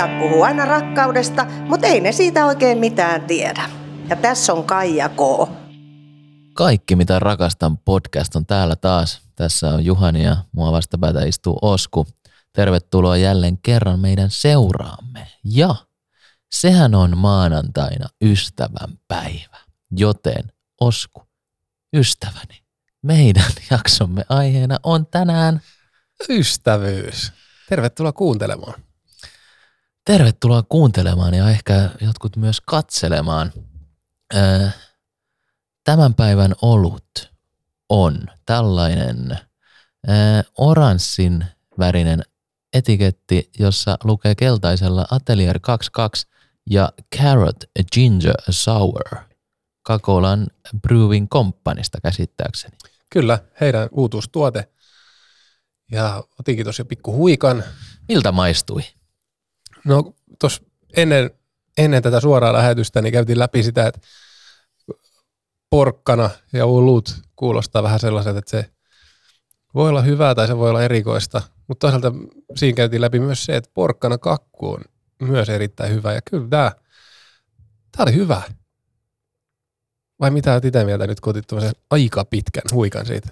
Pojat puhuu aina rakkaudesta, mutta ei ne siitä oikein mitään tiedä. Ja tässä on Kaija K. Kaikki mitä rakastan podcast on täällä taas. Tässä on Juhani ja mua vastapäätä istuu Osku. Tervetuloa jälleen kerran meidän seuraamme. Ja sehän on maanantaina ystävän päivä. Joten Osku, ystäväni, meidän jaksomme aiheena on tänään ystävyys. Tervetuloa kuuntelemaan. Tervetuloa kuuntelemaan ja ehkä jotkut myös katselemaan. Tämän päivän olut on tällainen oranssin värinen etiketti, jossa lukee keltaisella Atelier 22 ja Carrot Ginger Sour Kakolan Brewing Companysta käsittääkseni. Kyllä, heidän uutuustuote. Ja otinkin tuossa jo pikku huikan. Miltä maistui? No tuossa ennen tätä suoraa lähetystä niin käytiin läpi sitä, että porkkana ja olut kuulostaa vähän sellaiset, että se voi olla hyvää tai se voi olla erikoista. Mutta toisaalta siinä käytiin läpi myös se, että porkkana kakku on myös erittäin hyvä. Ja kyllä tämä oli hyvä. Vai mitä olet itse mieltä nyt, kun otit aika pitkän huikan siitä?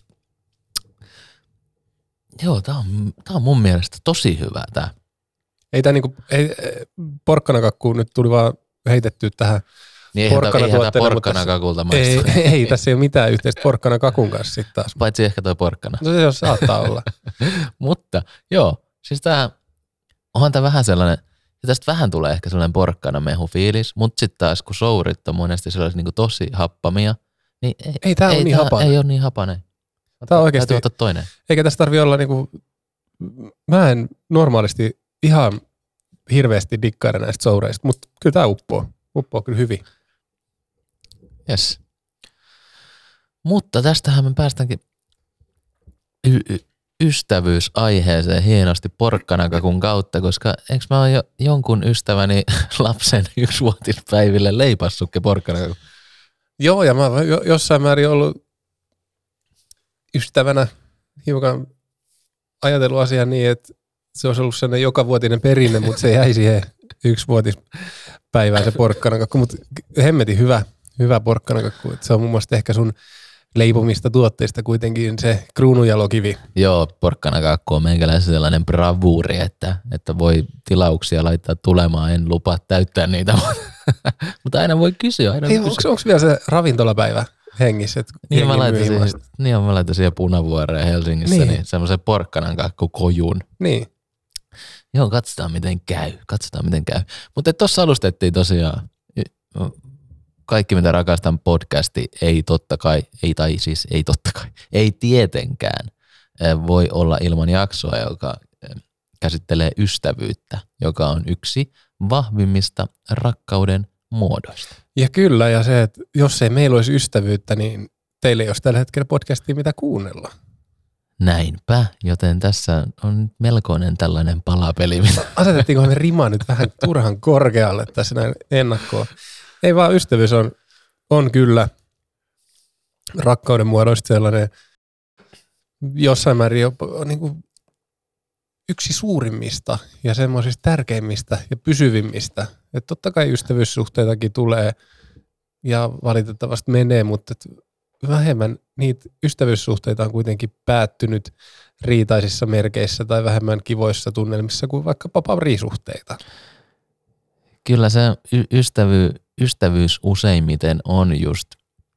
Joo, tää on mun mielestä tosi hyvä tää. Ei tää niinku, porkkanakakku nyt tuli vaan heitettyä tähän niin porkkanatuotteelle. Porkkanakakulta maistuu. Ei, tässä ei ole mitään yhteistä porkkanakakun kanssa sitten taas. Paitsi ehkä toi porkkana. No se saattaa olla. Mutta joo, siis onhan tää vähän sellainen, ja tästä vähän tulee ehkä sellainen porkkanamehufiilis, mutta sitten taas kun sourit on monesti sellaisia niinku tosi happamia, niin ei tää ole niin hapainen. Ei ole niin hapainen. Tää on oikeasti, täytyy ottaa toinen. Eikä tässä tarvitse olla niinku, mä en normaalisti ihan hirveästi dikkaida näistä soureista, mutta kyllä tää uppoo kyllä hyvin. Yes. Mutta tästähän me päästäänkin ystävyysaiheeseen hienosti porkkanakakun kautta, koska eikö mä oon jo jonkun ystäväni lapsen 1-vuotispäiville leipassutkin porkkanakakun? Joo, ja mä oon jossain määrin ollut ystävänä hiukan ajatellut asiaa niin, että se olisi ollut sellainen jokavuotinen perinne, mutta se jäi siihen 1-vuotispäivään se porkkanakakku, mutta hemmetin hyvä porkkanakakku. Se on mun mielestä ehkä sun leipomista tuotteista kuitenkin se kruununjalokivi. Joo, porkkanakakku on meikäläisen sellainen bravuuri, että voi tilauksia laittaa tulemaan, en lupaa täyttää niitä, mutta aina voi kysyä. Onko vielä se ravintolapäivä hengissä? Niin mä laitan siihen Punavuoreen Helsingissä niin semmoisen porkkanakakkukojun. Niin. Joo, katsotaan miten käy. Mutta tuossa alustettiin tosiaan kaikki mitä rakastan podcasti ei tietenkään voi olla ilman jaksoa, joka käsittelee ystävyyttä, joka on yksi vahvimmista rakkauden muodoista. Ja kyllä, ja se, että jos ei meillä olisi ystävyyttä, niin teille ei olisi tällä hetkellä podcastia mitä kuunnella. Näinpä, joten tässä on melkoinen tällainen palapeli. Asetettiinko me rima nyt vähän turhan korkealle tässä näin ennakkoon? Ei vaan, ystävyys on kyllä rakkauden muodoista sellainen jossain määrin jopa niin kuin yksi suurimmista ja semmoisista tärkeimmistä ja pysyvimmistä. Että totta kai ystävyyssuhteitakin tulee ja valitettavasti menee, mutta vähemmän niitä ystävyyssuhteita on kuitenkin päättynyt riitaisissa merkeissä tai vähemmän kivoissa tunnelmissa kuin vaikkapa parisuhteita. Kyllä se ystävyys useimmiten on just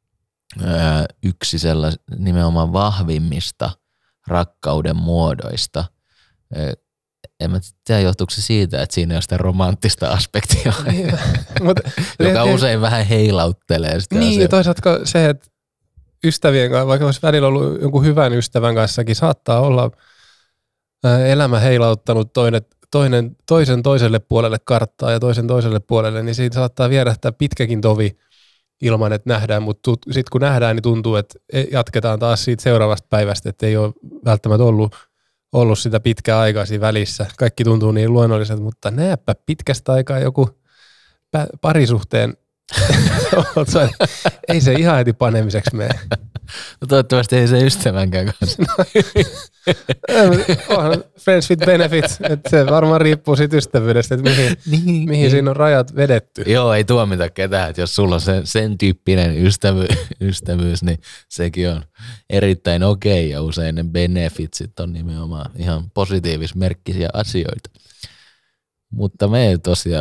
yksi nimenomaan vahvimmista rakkauden muodoista. En mä tiedä, johtuuko se siitä, että siinä on sitä romanttista aspektia, joka usein vähän heilauttelee sitä. Niin, ja toisaalta se, että ystävien kanssa, vaikka olisi välillä ollut jonkun hyvän ystävän kanssakin, saattaa olla elämä heilauttanut toisen toiselle puolelle karttaa ja toisen toiselle puolelle, niin siitä saattaa vierähtää pitkäkin tovi ilman, että nähdään, mutta sitten kun nähdään, niin tuntuu, että jatketaan taas siitä seuraavasta päivästä, että ei ole välttämättä ollut sitä pitkää aikaa siinä välissä. Kaikki tuntuu niin luonnolliselta, mutta näepä pitkästä aikaa joku parisuhteen ei se ihan heti panemiseksi mene. No toivottavasti ei se ystävänkään kanssa. Onhan friends with benefits, että se varmaan riippuu siitä ystävyydestä, että mihin siinä on rajat vedetty. Joo, ei tuomita ketään, että jos sulla on sen tyyppinen ystävyys, niin sekin on erittäin okei ja usein ne benefitsit on nimenomaan ihan positiivismerkkisiä asioita. Mutta me ei tosiaan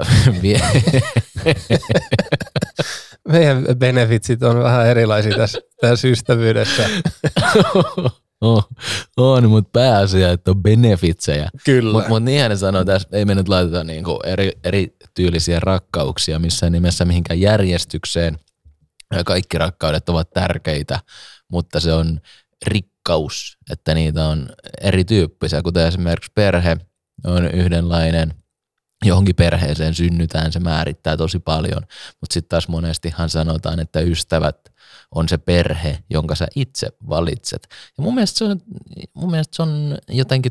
meidän benefitsit on vähän erilaisia tässä ystävyydessä. On, mutta pääasia, että on benefitsejä. Kyllä. Mutta niinhän ne sanoo tässä, ei me nyt laiteta niinku eri tyylisiä rakkauksia missään nimessä mihinkään järjestykseen. Kaikki rakkaudet ovat tärkeitä, mutta se on rikkaus, että niitä on erityyppisiä, kuten esimerkiksi perhe on yhdenlainen. Johonkin perheeseen synnytään, se määrittää tosi paljon, mutta sitten taas monestihan sanotaan, että ystävät on se perhe, jonka sä itse valitset. Ja mun mielestä se on jotenkin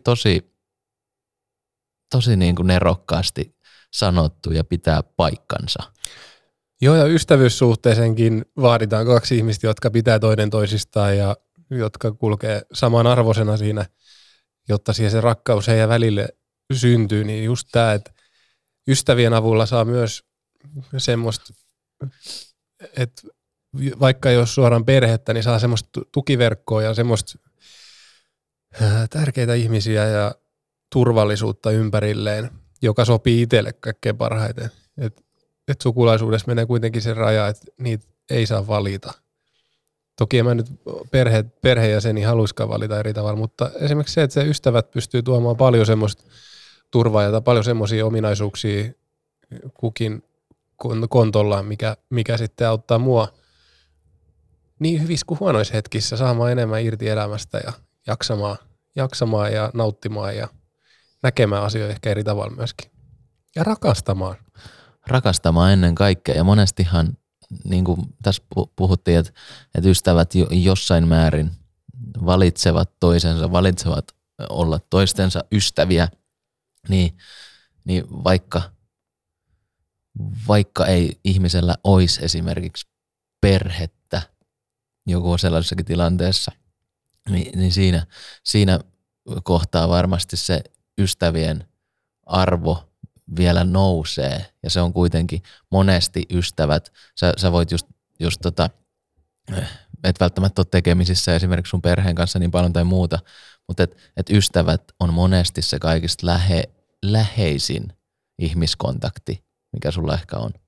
tosi niin kuin nerokkaasti sanottu ja pitää paikkansa. Joo, ja ystävyyssuhteeseenkin vaaditaan kaksi ihmistä, jotka pitää toinen toisistaan ja jotka kulkee samanarvoisena siinä, jotta siihen se rakkaus heidän välille syntyy, niin just tämä, että ystävien avulla saa myös semmoista, että vaikka jos suoraan perhettä, niin saa semmoista tukiverkkoa ja semmoista tärkeitä ihmisiä ja turvallisuutta ympärilleen, joka sopii itselle kaikkein parhaiten. Et sukulaisuudessa menee kuitenkin se raja, että niitä ei saa valita. Toki en mä nyt perheenjäseni haluaisikaan valita eri tavalla, mutta esimerkiksi se, että se ystävät pystyy tuomaan paljon semmoista turvaa ja paljon semmoisia ominaisuuksia kukin kontollaan, mikä sitten auttaa mua niin hyvissä kuin huonoissa hetkissä saamaan enemmän irti elämästä ja jaksamaan ja nauttimaan ja näkemään asioita ehkä eri tavalla myöskin. Ja rakastamaan. Rakastamaan ennen kaikkea ja monestihan, niin kuin tässä puhuttiin, että ystävät jossain määrin valitsevat olla toistensa ystäviä, niin vaikka ei ihmisellä olisi esimerkiksi perhettä joku sellaisessakin tilanteessa, niin siinä kohtaa varmasti se ystävien arvo vielä nousee ja se on kuitenkin monesti ystävät. Sä voit just et välttämättä ole tekemisissä esimerkiksi sun perheen kanssa niin paljon tai muuta, mutta et ystävät on monesti se kaikista läheisin ihmiskontakti, mikä sulla ehkä on.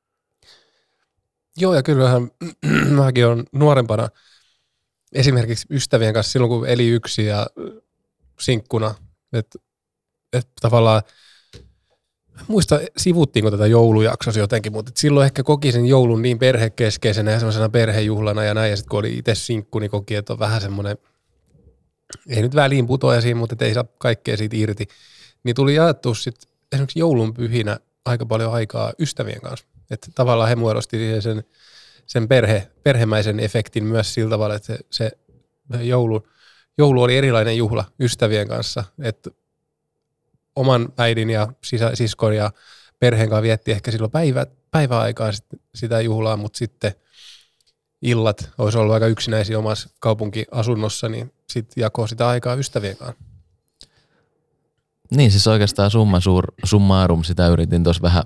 Joo, ja kyllähän mäkin olen nuorempana esimerkiksi ystävien kanssa silloin, kun eli yksin ja sinkkuna, että tavallaan muista sivuttiinko tätä joulujaksossa jotenkin, mutta silloin ehkä koki sen joulun niin perhekeskeisenä ja semmoisena perhejuhlana ja näin, ja sitten kun oli itse sinkku, niin koki, että on vähän semmoinen, ei nyt väliin putoja siinä, mutta ei saa kaikkea siitä irti, niin tuli jaettua sitten esimerkiksi joulun pyhinä aika paljon aikaa ystävien kanssa. Että tavallaan he muodosti sen perhemäisen efektin myös sillä tavalla, että se joulu oli erilainen juhla ystävien kanssa, että oman äidin ja siskon ja perheen kanssa vietti ehkä silloin päiväaikaa sitä juhlaa, mutta sitten illat olisi ollut aika yksinäisiä omassa kaupunkiasunnossa, niin sitten jakoi sitä aikaa ystävien kanssa. Niin, siis oikeastaan summarum sitä yritin tuossa vähän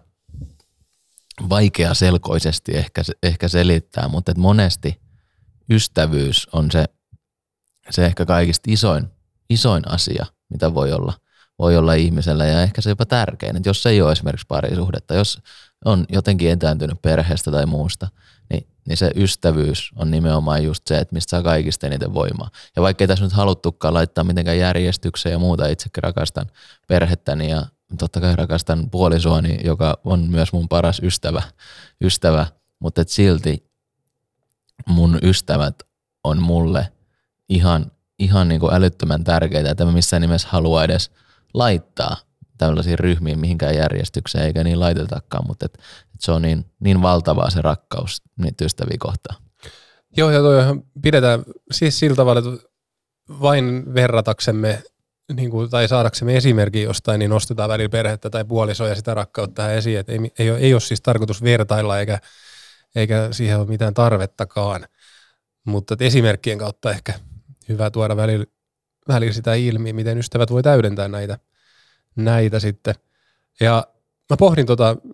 vaikeaselkoisesti ehkä selittää, mutta monesti ystävyys on se ehkä kaikista isoin asia, mitä voi olla ihmisellä ja ehkä se jopa tärkein, että jos ei ole esimerkiksi parisuhdetta, jos on jotenkin etääntynyt perheestä tai muusta, niin se ystävyys on nimenomaan just se, että mistä saa kaikista eniten voimaa. Ja vaikka ei tässä nyt haluttukaan laittaa mitenkään järjestykseen ja muuta, itsekin rakastan perhettäni ja totta kai rakastan puolisoani, joka on myös mun paras ystävä, mutta silti mun ystävät on mulle ihan niin kuin älyttömän tärkeitä, että mä missään nimessä halua edes laittaa tällaisiin ryhmiin mihinkään järjestykseen, eikä niin laitetakaan, mutta et se on niin valtavaa se rakkaus niitä ystäviä kohtaan. Joo, ja toihan pidetään siis sillä tavalla, että vain verrataksemme niin kuin, tai saadaksemme esimerkin jostain, niin nostetaan välillä perhettä tai puolisoa ja sitä rakkautta tähän esiin, että ei ole siis tarkoitus vertailla eikä siihen ole mitään tarvettakaan. Mutta esimerkkien kautta ehkä hyvä tuoda välillä sitä ilmi, miten ystävät voi täydentää näitä sitten. Ja mä pohdin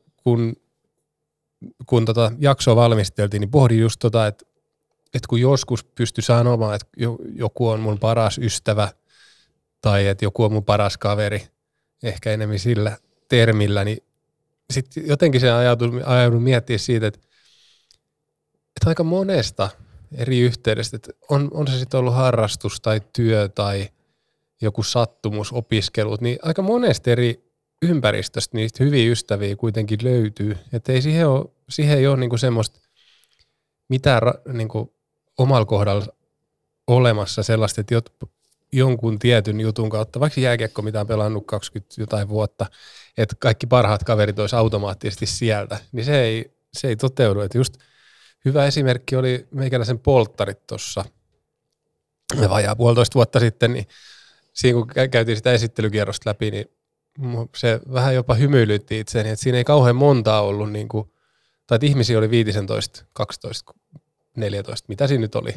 kun jaksoa valmisteltiin, niin pohdin just että kun joskus pystyi sanomaan, että joku on mun paras ystävä tai että joku on mun paras kaveri, ehkä enemmän sillä termillä, niin sitten jotenkin se ajaudun miettimään siitä, että aika monesta eri yhteydestä, että on se sitten ollut harrastus tai työ tai joku sattumus, opiskelut, niin aika monesta eri ympäristöstä niistä hyviä ystäviä kuitenkin löytyy. Että ei siihen ei ole niinku semmoista mitään niinku omalla kohdalla olemassa sellaista, että jonkun tietyn jutun kautta, vaikka jääkiekko, mitä on pelannut 20 jotain vuotta, että kaikki parhaat kaverit olisi automaattisesti sieltä, niin se ei toteudu. Että just hyvä esimerkki oli meikäläisen polttarit tuossa vajaa 1,5 vuotta sitten, niin siinä kun käytiin sitä esittelykierrosta läpi, niin se vähän jopa hymyilytti itseäni, että siinä ei kauhean montaa ollut, niin kuin, tai että ihmisiä oli 15, 12, 14, mitä siinä nyt oli,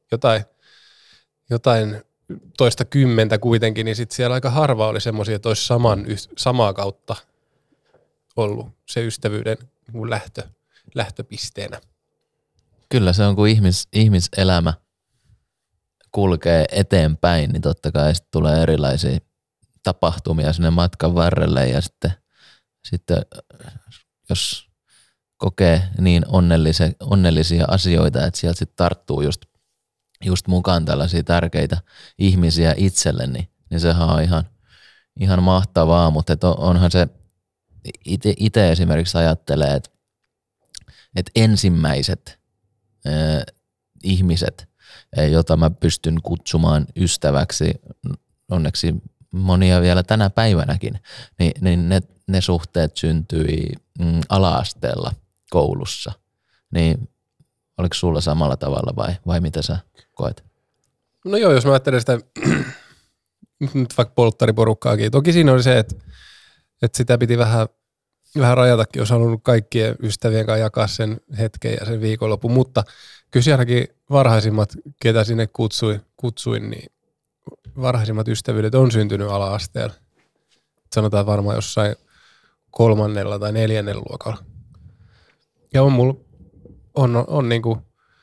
jotain toista kymmentä kuitenkin, niin sitten siellä aika harva oli semmoisia, että olisi samaa kautta ollut se ystävyyden lähtöpisteenä. Kyllä se on, kun ihmiselämä kulkee eteenpäin, niin totta kai sitten tulee erilaisia tapahtumia sinne matkan varrelle ja sitten jos kokee niin onnellisia asioita, että sieltä sitten tarttuu just mukaan tällaisia tärkeitä ihmisiä itselle, niin sehän on ihan mahtavaa, mutta onhan se itse esimerkiksi ajattelee, että ensimmäiset ihmiset, jota mä pystyn kutsumaan ystäväksi, onneksi monia vielä tänä päivänäkin, niin ne suhteet syntyi ala-asteella koulussa. Niin oliko sulla samalla tavalla vai mitä sä koet? No joo, jos mä ajattelen sitä nyt vaikka polttariporukkaakin. Toki siinä oli se, että sitä piti vähän rajatakin, jos halunnut kaikkien ystävien kanssa jakaa sen hetken ja sen viikonlopun, mutta kyllä sielläkin varhaisimmat, ketä sinne kutsuin, niin varhaisimmat ystävyydet on syntynyt ala-asteella. Sanotaan varmaan jossain 3. tai 4. luokalla. Ja on niinku,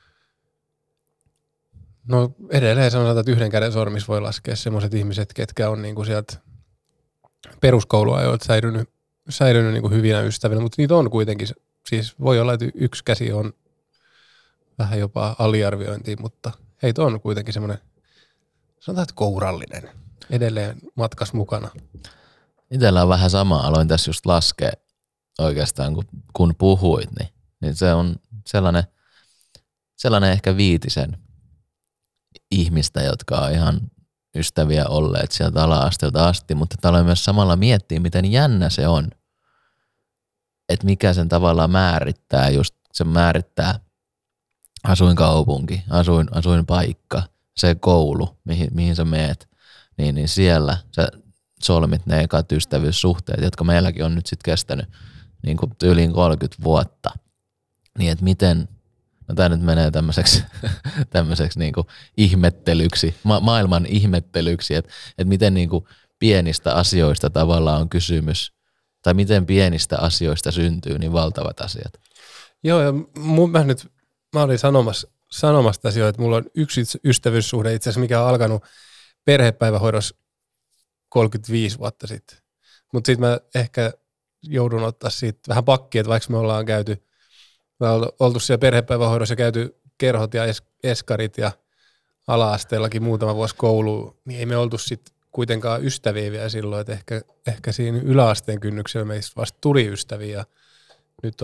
no edelleen sanotaan, että yhden käden sormissa voi laskea semmoiset ihmiset, ketkä on niinku sieltä peruskouluajoilta säilynyt niinku hyvinä ystävinä, mutta niitä on kuitenkin, siis voi olla, että yksi käsi on vähän jopa aliarviointiin, mutta heitä on kuitenkin semmoinen, sanotaan, että kourallinen, edelleen matkas mukana. Itsellä on vähän sama, aloin tässä just laskea oikeastaan, kun puhuit, niin se on sellainen ehkä 5 ihmistä, jotka on ihan ystäviä olleet sieltä ala-asteelta asti, mutta aloin myös samalla miettiä, miten jännä se on, että mikä sen tavallaan määrittää, just se määrittää asuinkaupunki, asuinpaikka, se koulu, mihin sä meet, niin siellä sä solmit ne ekat ystävyyssuhteet, jotka meilläkin on nyt sitten kestänyt niin kuin yli 30 vuotta. Niin että miten, no tää nyt menee tämmöiseksi niin kuin ihmettelyksi, maailman ihmettelyksi, että miten niin kuin pienistä asioista tavallaan on kysymys, tai miten pienistä asioista syntyy niin valtavat asiat. Joo, ja mä olin sanomassa asioita, että mulla on yksi ystävyyssuhde itse asiassa, mikä on alkanut perhepäivähoidossa 35 vuotta sitten. Mutta sitten mä ehkä joudun ottaa siitä vähän pakkia, että vaikka me ollaan oltu siellä perhepäivähoidossa ja käyty kerhot ja eskarit ja ala-asteellakin muutama vuosi kouluun, niin ei me oltu sitten kuitenkaan ystäviä vielä silloin, että ehkä siinä yläasteen kynnyksellä meistä vasta tuli ystäviä. Ja nyt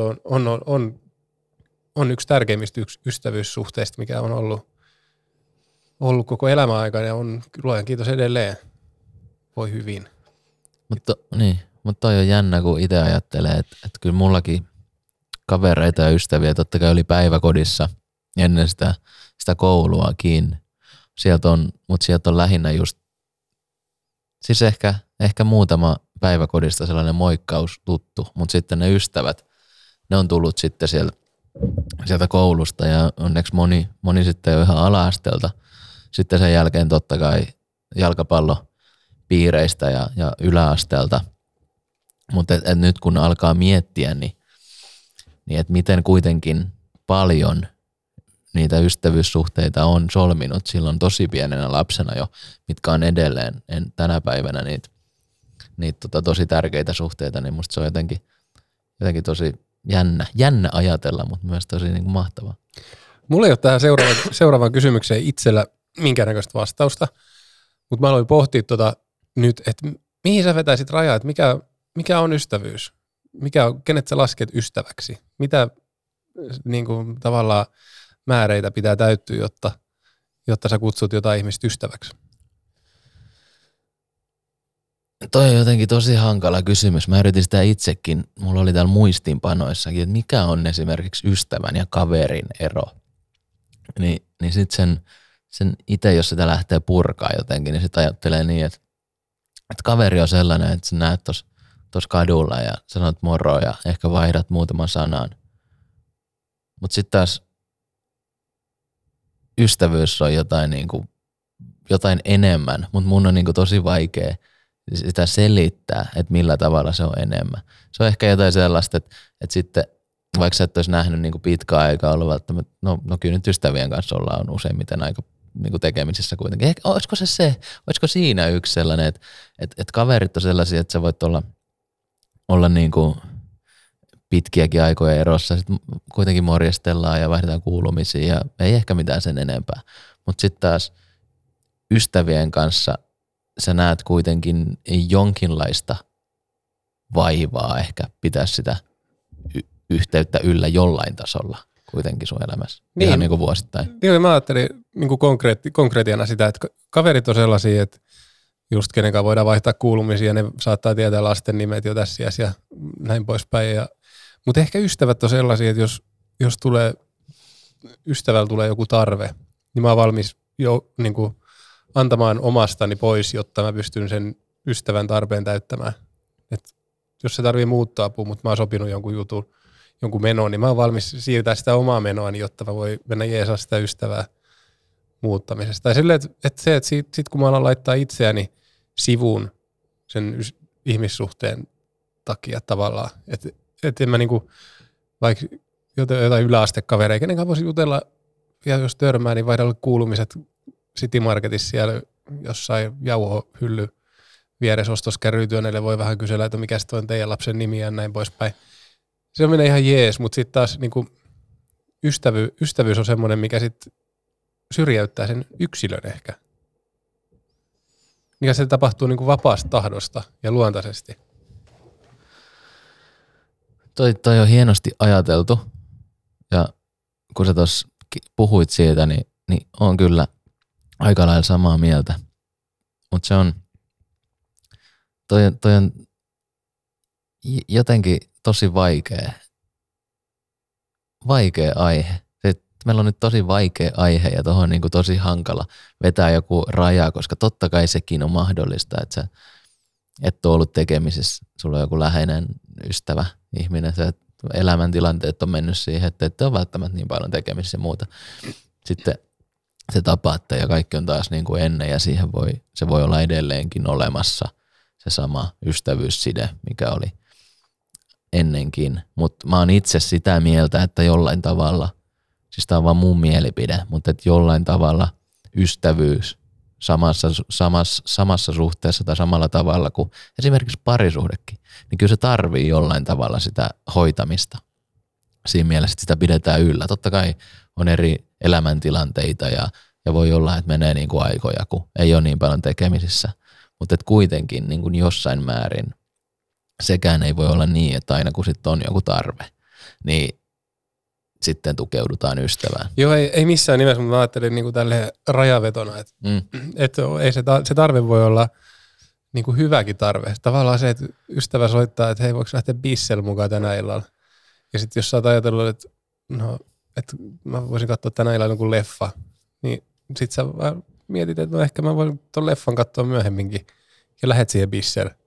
on yksi tärkeimmistä ystävyyssuhteista, mikä on ollut koko elämän aikana ja on luojan kiitos edelleen. Voi hyvin. Mutta toi on jännä, kun itse ajattelee, että kyllä mullakin kavereita ja ystäviä totta kai oli päiväkodissa ennen sitä kouluakin. Mutta sieltä on lähinnä just, siis ehkä muutama päiväkodista sellainen moikkaus tuttu, mutta sitten ne ystävät, ne on tullut sitten siellä sieltä koulusta ja onneksi moni sitten jo ihan ala-asteelta. Sitten sen jälkeen totta kai jalkapallopiireistä ja yläasteelta. Mutta et nyt kun alkaa miettiä, niin että miten kuitenkin paljon niitä ystävyyssuhteita on solminut silloin tosi pienenä lapsena jo, mitkä on edelleen tänä päivänä niitä tosi tärkeitä suhteita, niin musta se on jotenkin tosi jännä ajatella, mutta myös tosi niin kuin mahtavaa. Mulla ei ole tähän seuraavaan kysymykseen itsellä minkäännäköistä vastausta, mutta mä aloin pohtia nyt, että mihin sä vetäisit rajaa, että mikä on ystävyys? Kenet sä lasket ystäväksi? Mitä niin kuin, tavallaan määreitä pitää täyttyä, jotta sä kutsut jotain ihmistä ystäväksi? Toi on jotenkin tosi hankala kysymys. Mä yritin sitä itsekin. Mulla oli täällä muistiinpanoissakin, että mikä on esimerkiksi ystävän ja kaverin ero. Niin sit sen itse, jos sitä lähtee purkaa jotenkin, niin sit ajattelee niin, että kaveri on sellainen, että sä näet tuossa kadulla ja sanot moro ja ehkä vaihdat muutaman sanan. Mutta sitten taas ystävyys on jotain enemmän, mutta mun on niinku tosi vaikea sitä selittää, että millä tavalla se on enemmän. Se on ehkä jotain sellaista, että sitten vaikka sä et olisi nähnyt niinku pitkään aikaa ollut välttämättä, no kyllä nyt ystävien kanssa ollaan useimmiten aika niinku tekemisissä kuitenkin. Ehkä, olisiko siinä yksi sellainen, että kaverit on sellaisia, että sä voit olla niinku pitkiäkin aikoja erossa, sitten kuitenkin morjestellaan ja vaihdetaan kuulumisia ja ei ehkä mitään sen enempää. Mutta sitten taas ystävien kanssa sä näet kuitenkin jonkinlaista vaivaa ehkä pitää sitä yhteyttä yllä jollain tasolla kuitenkin sun elämässä. Niin. Ihan niin kuin vuosittain. Niin, mä ajattelin niin kuin konkreettiana sitä, että kaverit on sellaisia, että just kenen kanssa voidaan vaihtaa kuulumisia, ne saattaa tietää lasten nimet jo tässä ja näin poispäin. Mutta ehkä ystävät on sellaisia, että jos ystävällä tulee joku tarve, niin mä oon valmis jo niin kuin antamaan omastani pois, jotta mä pystyn sen ystävän tarpeen täyttämään. Et jos se tarvii muuttaa apua, mutta mä oon sopinut jonkun jutun, jonkun menoon, niin mä oon valmis siirtää sitä omaa menoani, jotta mä voin mennä jeesaa sitä ystävää muuttamisesta. Tai silleen, että sit kun mä alan laittaa itseäni sivuun sen ihmissuhteen takia tavallaan, että en mä niinku, vaikka jotain yläastekavereja, kenenkään voisi jutella, ja jos törmää, niin vaihdella kuulumiset City Marketissa siellä jossain jauhohylly vieressä ostoskärrytyöneille voi vähän kysellä, että mikä on teidän lapsen nimi ja näin poispäin. Se on menee ihan jees, mutta sitten taas niinku ystävyys on semmoinen, mikä sitten syrjäyttää sen yksilön ehkä. Mikä se tapahtuu niinku vapaasta tahdosta ja luontaisesti. Toi on hienosti ajateltu ja kun sä tuossa puhuit siitä, niin on kyllä aika lailla samaa mieltä. Mutta se on, toi on jotenkin tosi vaikea aihe. Meillä on nyt tosi vaikea aihe ja tuohon on niin kuin tosi hankala vetää joku raja, koska totta kai sekin on mahdollista, että sä et ole ollut tekemisissä, sulla on joku läheinen ystävä, ihminen, se elämäntilanteet on mennyt siihen, että et ole välttämättä niin paljon tekemisissä ja muuta. Sitten se tapaatte ja kaikki on taas niin kuin ennen ja se voi olla edelleenkin olemassa se sama ystävyysside, mikä oli ennenkin. Mutta mä oon itse sitä mieltä, että jollain tavalla, siis tää on vaan mun mielipide, mutta että jollain tavalla ystävyys samassa suhteessa tai samalla tavalla kuin esimerkiksi parisuhdekin, niin kyllä se tarvii jollain tavalla sitä hoitamista. Siinä mielessä, että sitä pidetään yllä. Totta kai on eri elämäntilanteita ja voi olla, että menee niin kuin aikoja, kun ei ole niin paljon tekemisissä. Mutta kuitenkin niin kuin jossain määrin sekään ei voi olla niin, että aina kun sitten on joku tarve, niin sitten tukeudutaan ystävään. Joo, ei missään nimessä, mutta mä ajattelin niin kuin tälleen rajavetona, että ei se tarve voi olla niin kuin hyväkin tarve. Tavallaan se, että ystävä soittaa, että hei, voiko lähteä bissel mukaan tänä illalla? Ja sitten jos sä oot ajatellut, että mä voisin katsoa tänä illalla jonkun leffa, niin sit sä mietit, että ehkä mä voin ton leffan katsoa myöhemminkin ja lähet siihen bissel.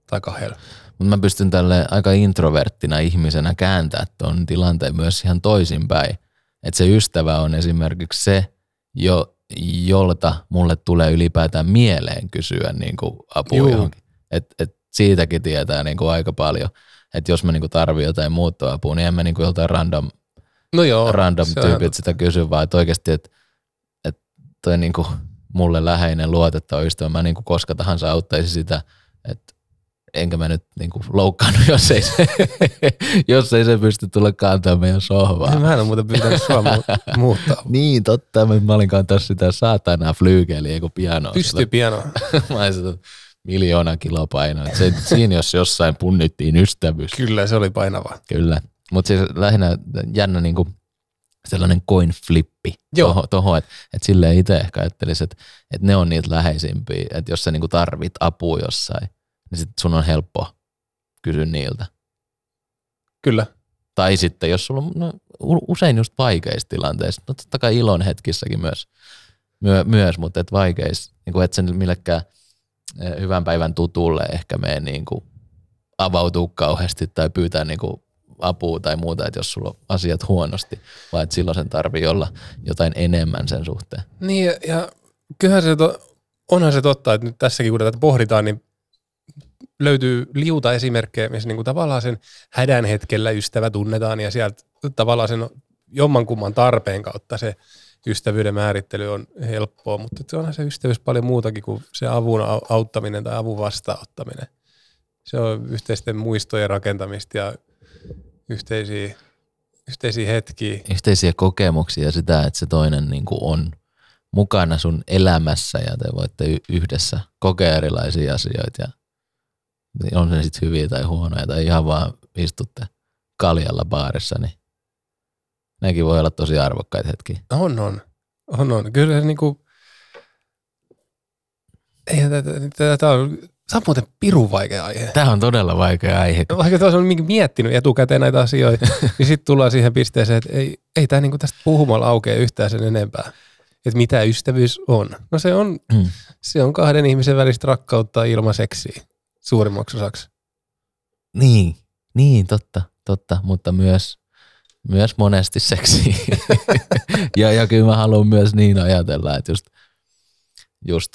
tai 2. Mutta mä pystyn tälle aika introverttina ihmisenä kääntämään tuon tilanteen myös ihan toisinpäin. Että se ystävä on esimerkiksi se, jolta mulle tulee ylipäätään mieleen kysyä niinku apua johonkin. Et siitäkin tietää niinku aika paljon. Että jos mä niinku tarvitsen jotain muuttoapua, niin en mä niinku joltain random tyypit sitä kysy, vaan että oikeasti, että toi niinku mulle läheinen luotettava ystävä, mä niinku koska tahansa auttaisi sitä, että enkä mä nyt niinku loukkaannut, jos ei se pysty tulla kantamaan meidän sohvaa. Mä en ole muuten pyytänyt sua muuttaa. Niin, totta. Mä olin kantaa sitä saatanaa flyygeliä, eiku pianoa. Pystyy pianoa. Mä olisin 1,000,000 kiloa painoa. Siinä jos jossain punnittiin ystävyys. Kyllä, se oli painavaa. Kyllä. Mutta siis lähinnä jännä niinku sellainen coin flippi tohon, että silleen itse ehkä ajattelisi, että ne on niitä läheisimpiä, että jos sä niinku tarvit apua jossain, niin sit sun on helppo kysyä niiltä. Kyllä. Tai sitten, jos sulla on usein just vaikeissa tilanteissa, no totta kai ilon hetkissäkin myös mutta et vaikeissa, niin et sen millekään hyvän päivän tutulle ehkä mene niin avautuu kauheasti tai pyytää niin apua tai muuta, että jos sulla on asiat huonosti, vaan että silloin sen tarvii olla jotain enemmän sen suhteen. Niin ja kyllähän se onhan se totta, että nyt tässäkin kun tätä pohditaan, niin löytyy liuta esimerkkejä, missä niin kuin tavallaan sen hädän hetkellä ystävä tunnetaan ja sieltä tavallaan sen jommankumman tarpeen kautta se ystävyyden määrittely on helppoa, mutta onhan se ystävyys paljon muutakin kuin se avun auttaminen tai avun vastaanottaminen. Se on yhteisten muistojen rakentamista ja yhteisiä hetkiä. Yhteisiä kokemuksia ja sitä, että se toinen niin kuin on mukana sun elämässä ja te voitte yhdessä kokea erilaisia asioita ja on se sitten hyviä tai huonoja tai ihan vaan istutte kaljalla baarissa, niin nekin voi olla tosi arvokkaita hetkiä. On. Kyllä se niinku, tämä on muuten pirun vaikea aihe. Tämä on todella vaikea aihe. Vaikka tuossa on miettinyt etukäteen näitä asioita, niin sitten tullaan siihen pisteeseen, että ei tämä niinku tästä puhumalla aukea yhtään sen enempää. Että mitä ystävyys on. No se on 2 ihmisen välistä rakkautta ilman seksiä suurimmaksi osaksi. Niin, totta, mutta myös monesti seksiä. ja kyllä mä haluan myös niin ajatella, että just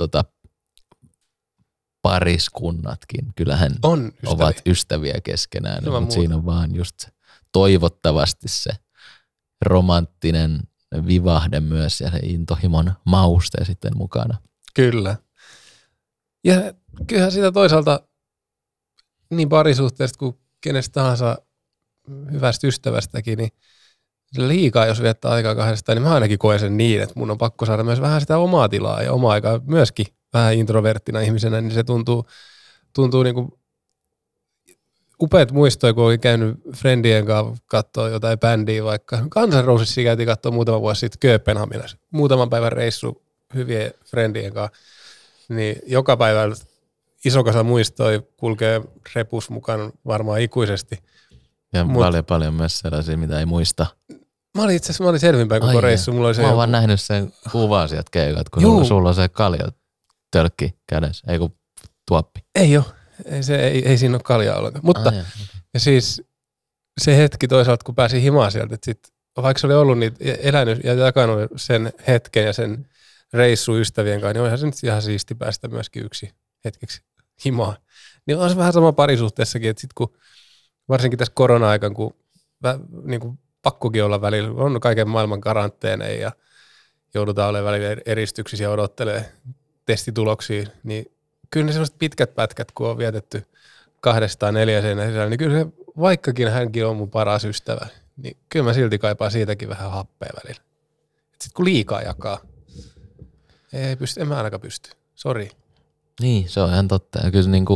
pariskunnatkin, kyllähän ovat ystäviä keskenään, mutta siinä on vaan just toivottavasti se romanttinen vivahde myös ja se intohimon mauste sitten mukana. Kyllä. Ja kyllähän sitä toisaalta niin parisuhteesta kuin kenestä tahansa hyvästä ystävästäkin, niin liikaa jos viettää aikaa kahdestaan, niin mä ainakin koen sen niin, että mun on pakko saada myös vähän sitä omaa tilaa ja omaa aikaa myöskin vähän introverttina ihmisenä, niin se tuntuu niin kuin upeat muistoja, kun olin käynyt friendien kanssa katsoa jotain bändiä, vaikka Guns N' Rosessia käytiin katsoa muutama vuosi sitten Kööpenhaminassa. Muutaman päivän reissu hyvien friendien kanssa, niin joka päivä iso kasa muistoja kulkee repus mukaan varmaan ikuisesti. Ja paljon myös sellaisia, mitä ei muista. Mä olin selvinpäin koko reissu. Mulla oli se mä oon vaan nähnyt sen kuvaa sieltä keikat, kun sulla on se kalja tölkki kädessä, ei kun tuoppi. Ei ole. Ei siinä ole kaljaa ollenkaan. Mutta ja siis se hetki toisaalta, kun pääsi himaan sieltä, että sit, vaikka se oli ollut niitä elänyt ja jakanut sen hetken ja sen reissu ystävien kanssa, niin onhan se nyt ihan siisti päästä myöskin yksi hetkeksi himaan. Niin on se vähän sama parisuhteessakin, että sit kun varsinkin tässä korona-aikaan, kun niin kuin pakkokin olla välillä, on kaiken maailman karanteeneja ja joudutaan olemaan välillä eristyksissä ja odottelee testituloksia, niin kyllä ne sellaiset pitkät pätkät, kun on vietetty 204 seinän sisällä, niin kyllä se, vaikkakin hänkin on mun paras ystävä, niin kyllä mä silti kaipaan siitäkin vähän happea välillä. Sitten kun liikaa jakaa, en mä ainakaan pysty. Sori. Niin, se on ihan totta. Ja kyllä niin kuin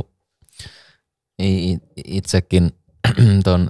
itsekin ton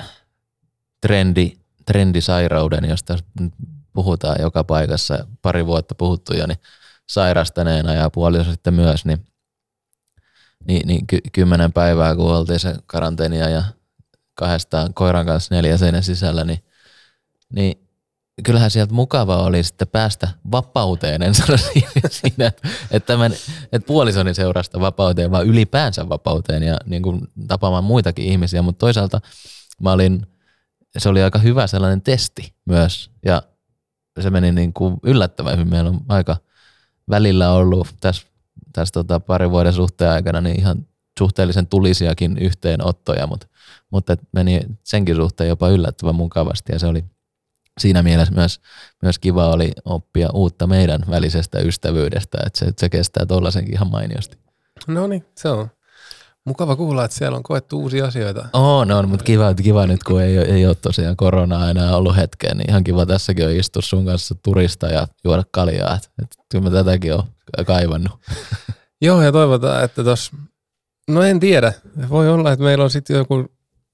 trendisairauden, josta puhutaan joka paikassa, 2 vuotta puhuttu jo, niin sairastaneena ja puoliso sitten myös, niin 10 päivää, kun oltiin se karanteenia ja 2 koiran kanssa 4 seinän sisällä, niin kyllähän sieltä mukava oli sitten päästä vapauteen, en sano siinä, että puolisoni seurasta vapauteen, vaan ylipäänsä vapauteen ja niin kuin tapaamaan muitakin ihmisiä, mutta toisaalta se oli aika hyvä sellainen testi myös ja se meni niin kuin yllättävän hyvin. Meillä on aika välillä ollut tässä parin vuoden suhteen aikana niin ihan suhteellisen tulisiakin yhteenottoja, mutta meni senkin suhteen jopa yllättävän mukavasti ja se oli siinä mielessä myös kiva oli oppia uutta meidän välisestä ystävyydestä, että se kestää tollaisenkin ihan mainiosti. No niin, se on mukava kuulla, että siellä on koettu uusia asioita. No, mutta kiva nyt, kun ei ole tosiaan koronaa enää ollut hetkeen, niin ihan kiva tässäkin on istua sun kanssa turista ja juoda kaljaa, että kyllä mä tätäkin on kaivannut. Joo, ja toivotaan, että no en tiedä, voi olla, että meillä on sitten joku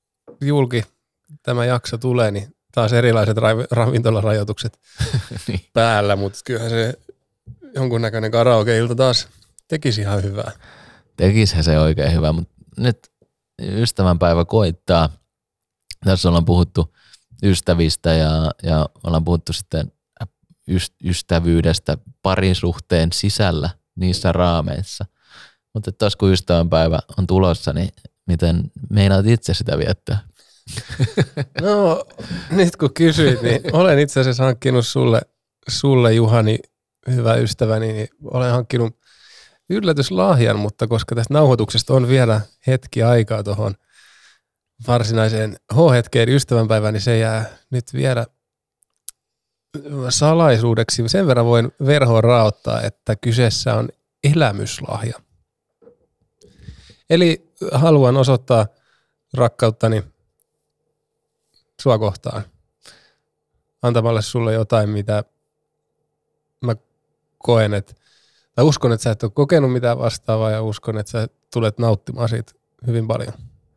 tämä jakso tulee, niin taas erilaiset ravintolarajoitukset niin. päällä, mutta kyllähän se jonkunnäköinen karaoke-ilta taas tekisi ihan hyvää. Tekisihän se oikein hyvä, mutta nyt ystävänpäivä koittaa. Tässä ollaan puhuttu ystävistä ja ollaan puhuttu sitten ystävyydestä parisuhteen sisällä niissä raameissa. Mutta taas kun ystävänpäivä on tulossa, niin miten meinaat itse sitä viettää? No nyt kun kysyit, niin olen itse asiassa hankkinut sulle Juhani, hyvä ystäväni, niin olen hankkinut yllätyslahjan, mutta koska tästä nauhoituksesta on vielä hetki aikaa tuohon varsinaiseen H-hetkeen ystävänpäivään, niin se jää nyt vielä salaisuudeksi. Sen verran voin verhoon raottaa, että kyseessä on elämyslahja. Eli haluan osoittaa rakkauttani sua kohtaan antamalle sulle jotain, mitä mä koen, tai uskon, että sä et ole kokenut mitään vastaavaa ja uskon, että sä tulet nauttimaan siitä hyvin paljon.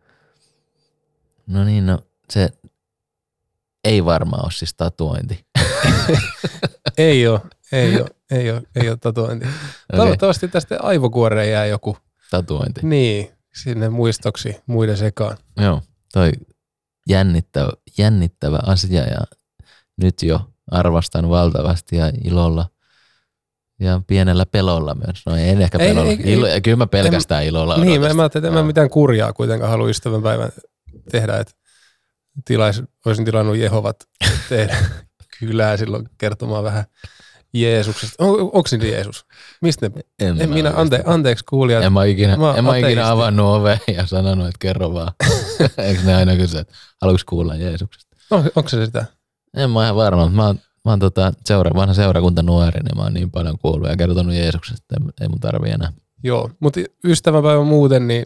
No niin, se ei varmaan ole siis tatuointi. Ei ole tatuointi. Okay. Toivottavasti tästä aivokuoreen jää joku tatuointi. Niin, sinne muistoksi muiden sekaan. Joo, toi jännittävä asia ja nyt jo arvostan valtavasti ja ilolla ja pienellä pelolla myös. No en ehkä pelolla. Kyllä mä pelkästään ilolla odotan. Niin, mä ajattelin, että en mä mitään kurjaa kuitenkaan halua ystävänpäivän tehdä, että olisin tilannut Jehovat tehdä kylää silloin kertomaan vähän Jeesuksesta. Onko niitä Jeesus? Mistä ne? Anteeksi kuulijat. En mä ikinä avannut ovea ja sanonut, että kerro vaan. Eikö ne aina kysy, että haluatko kuulla Jeesuksesta? Onko se sitä? En mä ihan varma, mutta mä oon vanha seurakuntanuori, niin mä oon niin paljon kuullut ja kertonut Jeesuksesta, että ei mun tarvii enää. Joo, mutta ystävänpäivä muuten, niin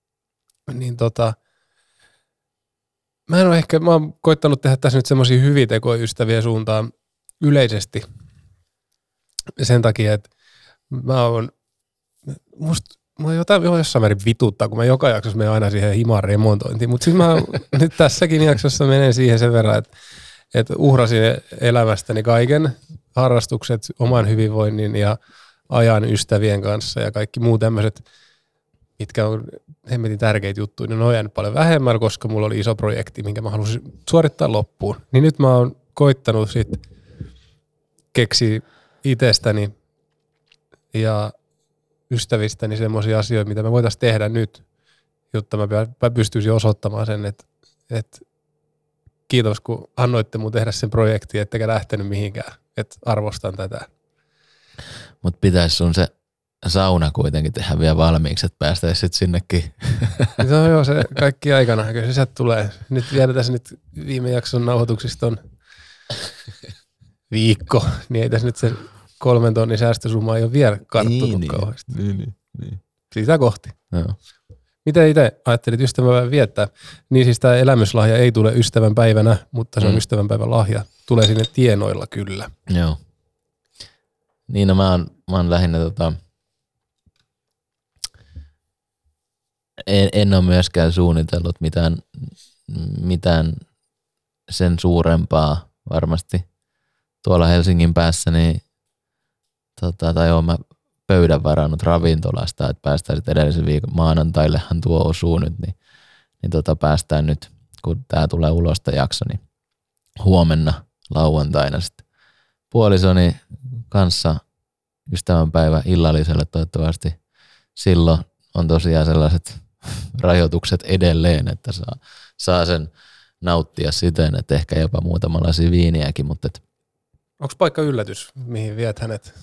mä oon koittanut tehdä tässä nyt semmosia hyviä tekoja ystävien suuntaan yleisesti. Sen takia, että mä oon jossain määrin vituttaa, kun mä joka jaksossa menen aina siihen himaan remontointiin, mutta siis mä nyt tässäkin jaksossa menen siihen sen verran, että uhrasin elämästäni kaiken, harrastukset, oman hyvinvoinnin ja ajan ystävien kanssa ja kaikki muu tämmöiset, mitkä on hemmetin tärkeitä juttuja, niin ne on jäänyt paljon vähemmällä, koska mulla oli iso projekti, minkä mä halusin suorittaa loppuun. Niin nyt mä oon koittanut sit keksiä itsestäni ja ystävistäni semmoisia asioita, mitä me voitaisiin tehdä nyt, jotta mä pystyisin osoittamaan sen, että kiitos, kun annoitte mun tehdä sen projektin, ettekä lähtenyt mihinkään, että arvostan tätä. Mutta pitäisi sun se sauna kuitenkin tehdä vielä valmiiksi, että päästäisiin sitten sinnekin. No joo, se kaikki aikana, kyllä se sieltä tulee. Nyt vielä tässä nyt viime jakson nauhoituksista on viikko, niin ei tässä nyt se 3 tonnin säästösumma ei ole vielä karttunut kauheasti. Niin. Sitä kohti. Joo. Miten itse ajattelit ystävänpäivän viettää? Niin siis tämä elämyslahja ei tule ystävänpäivänä, mutta se on ystävänpäivän lahja. Tulee sinne tienoilla kyllä. Joo. Niin, no mä oon lähinnä en ole myöskään suunnitellut mitään sen suurempaa varmasti tuolla Helsingin päässä, niin tai oon mä pöydän varannut ravintolasta, että päästään sitten edellisen viikon maanantaillehan tuo osuu nyt, niin päästään nyt, kun tää tulee ulos tää jakso, niin huomenna lauantaina sitten puolisoni kanssa ystävänpäivä illalliselle toivottavasti. Silloin on tosiaan sellaiset rajoitukset edelleen, että saa sen nauttia siten, että ehkä jopa muutama lasi viiniäkin, mutta onko paikka yllätys, mihin viet hänet?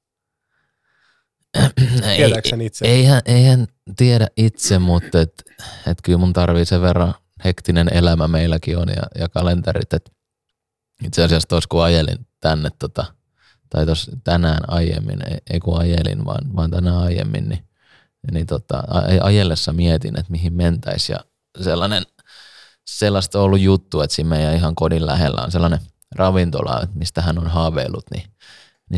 Tiedääkö sen itse? Eihän tiedä itse, mutta et kyllä mun tarvii sen verran hektinen elämä meilläkin on ja kalenterit. Et itse asiassa tuossa kun ajelin tänne, tai tuossa tänään aiemmin, ei kun ajelin, vaan tänään aiemmin, niin ajellessa mietin, että mihin mentäisiin. Ja sellaista on ollut juttu, että siinä meidän ihan kodin lähellä on sellainen ravintola, mistä hän on haaveillut, niin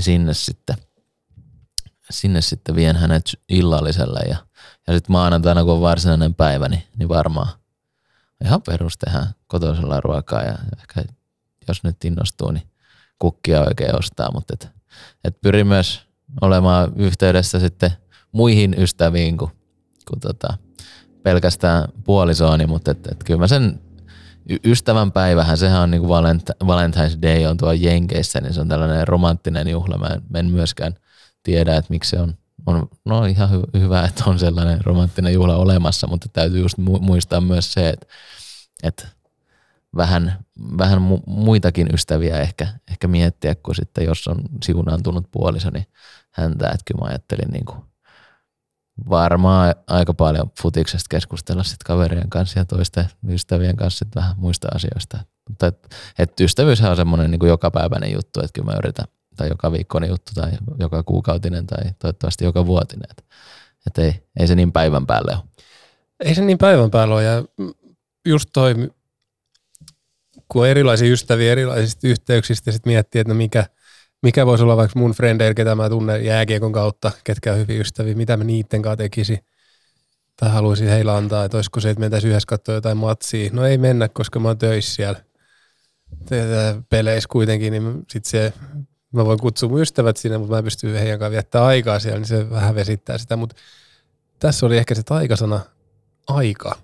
sinne sitten vien hänet illalliselle ja sitten maanantaina, kun on varsinainen päivä, niin varmaan ihan perus tehdään kotoisella ruokaa ja ehkä jos nyt innostuu, niin kukkia oikein ostaa, mutta et pyrin myös olemaan yhteydessä sitten muihin ystäviin kuin pelkästään puolisooni, mutta et kyllä mä sen ystävän päivähän, sehän on niin kuin Valentine's Day on tuolla Jenkeissä, niin se on tällainen romanttinen juhla. Mä en myöskään tiedä, että miksi se on no ihan hyvä, että on sellainen romanttinen juhla olemassa, mutta täytyy just muistaa myös se, että vähän muitakin ystäviä ehkä miettiä, kun sitten jos on siunaantunut puoliso, niin häntä, että kyllä mä ajattelin niin kuin varmaan aika paljon futiksesta keskustella sitten kaverien kanssa ja toisten ystävien kanssa sitten vähän muista asioista. Mutta et ystävyyshän on semmoinen niin kuin jokapäiväinen juttu, että kyllä mä yritän, tai joka viikkoinen juttu tai joka kuukautinen tai toivottavasti joka vuotinen. Että ei se niin päivän päälle ole. Ei se niin päivän päälle ole ja just toi, kun on erilaisia ystäviä erilaisista yhteyksistä ja sitten miettii, että no mikä voisi olla vaikka mun frendeillä, ketä mä tunnen jääkiekon kautta, ketkä on hyviä ystäviä, mitä mä niitten kanssa tekisin tai haluaisin heillä antaa, että olisiko se, että mentäisiin yhdessä katsoa jotain matsia. No ei mennä, koska mä oon töissä siellä peleissä kuitenkin, niin sit mä voin kutsua mun ystävät sinne, mutta mä en pysty heidän kanssa viettämään aikaa siellä, niin se vähän vesittää sitä, mutta tässä oli ehkä se taikasana aika,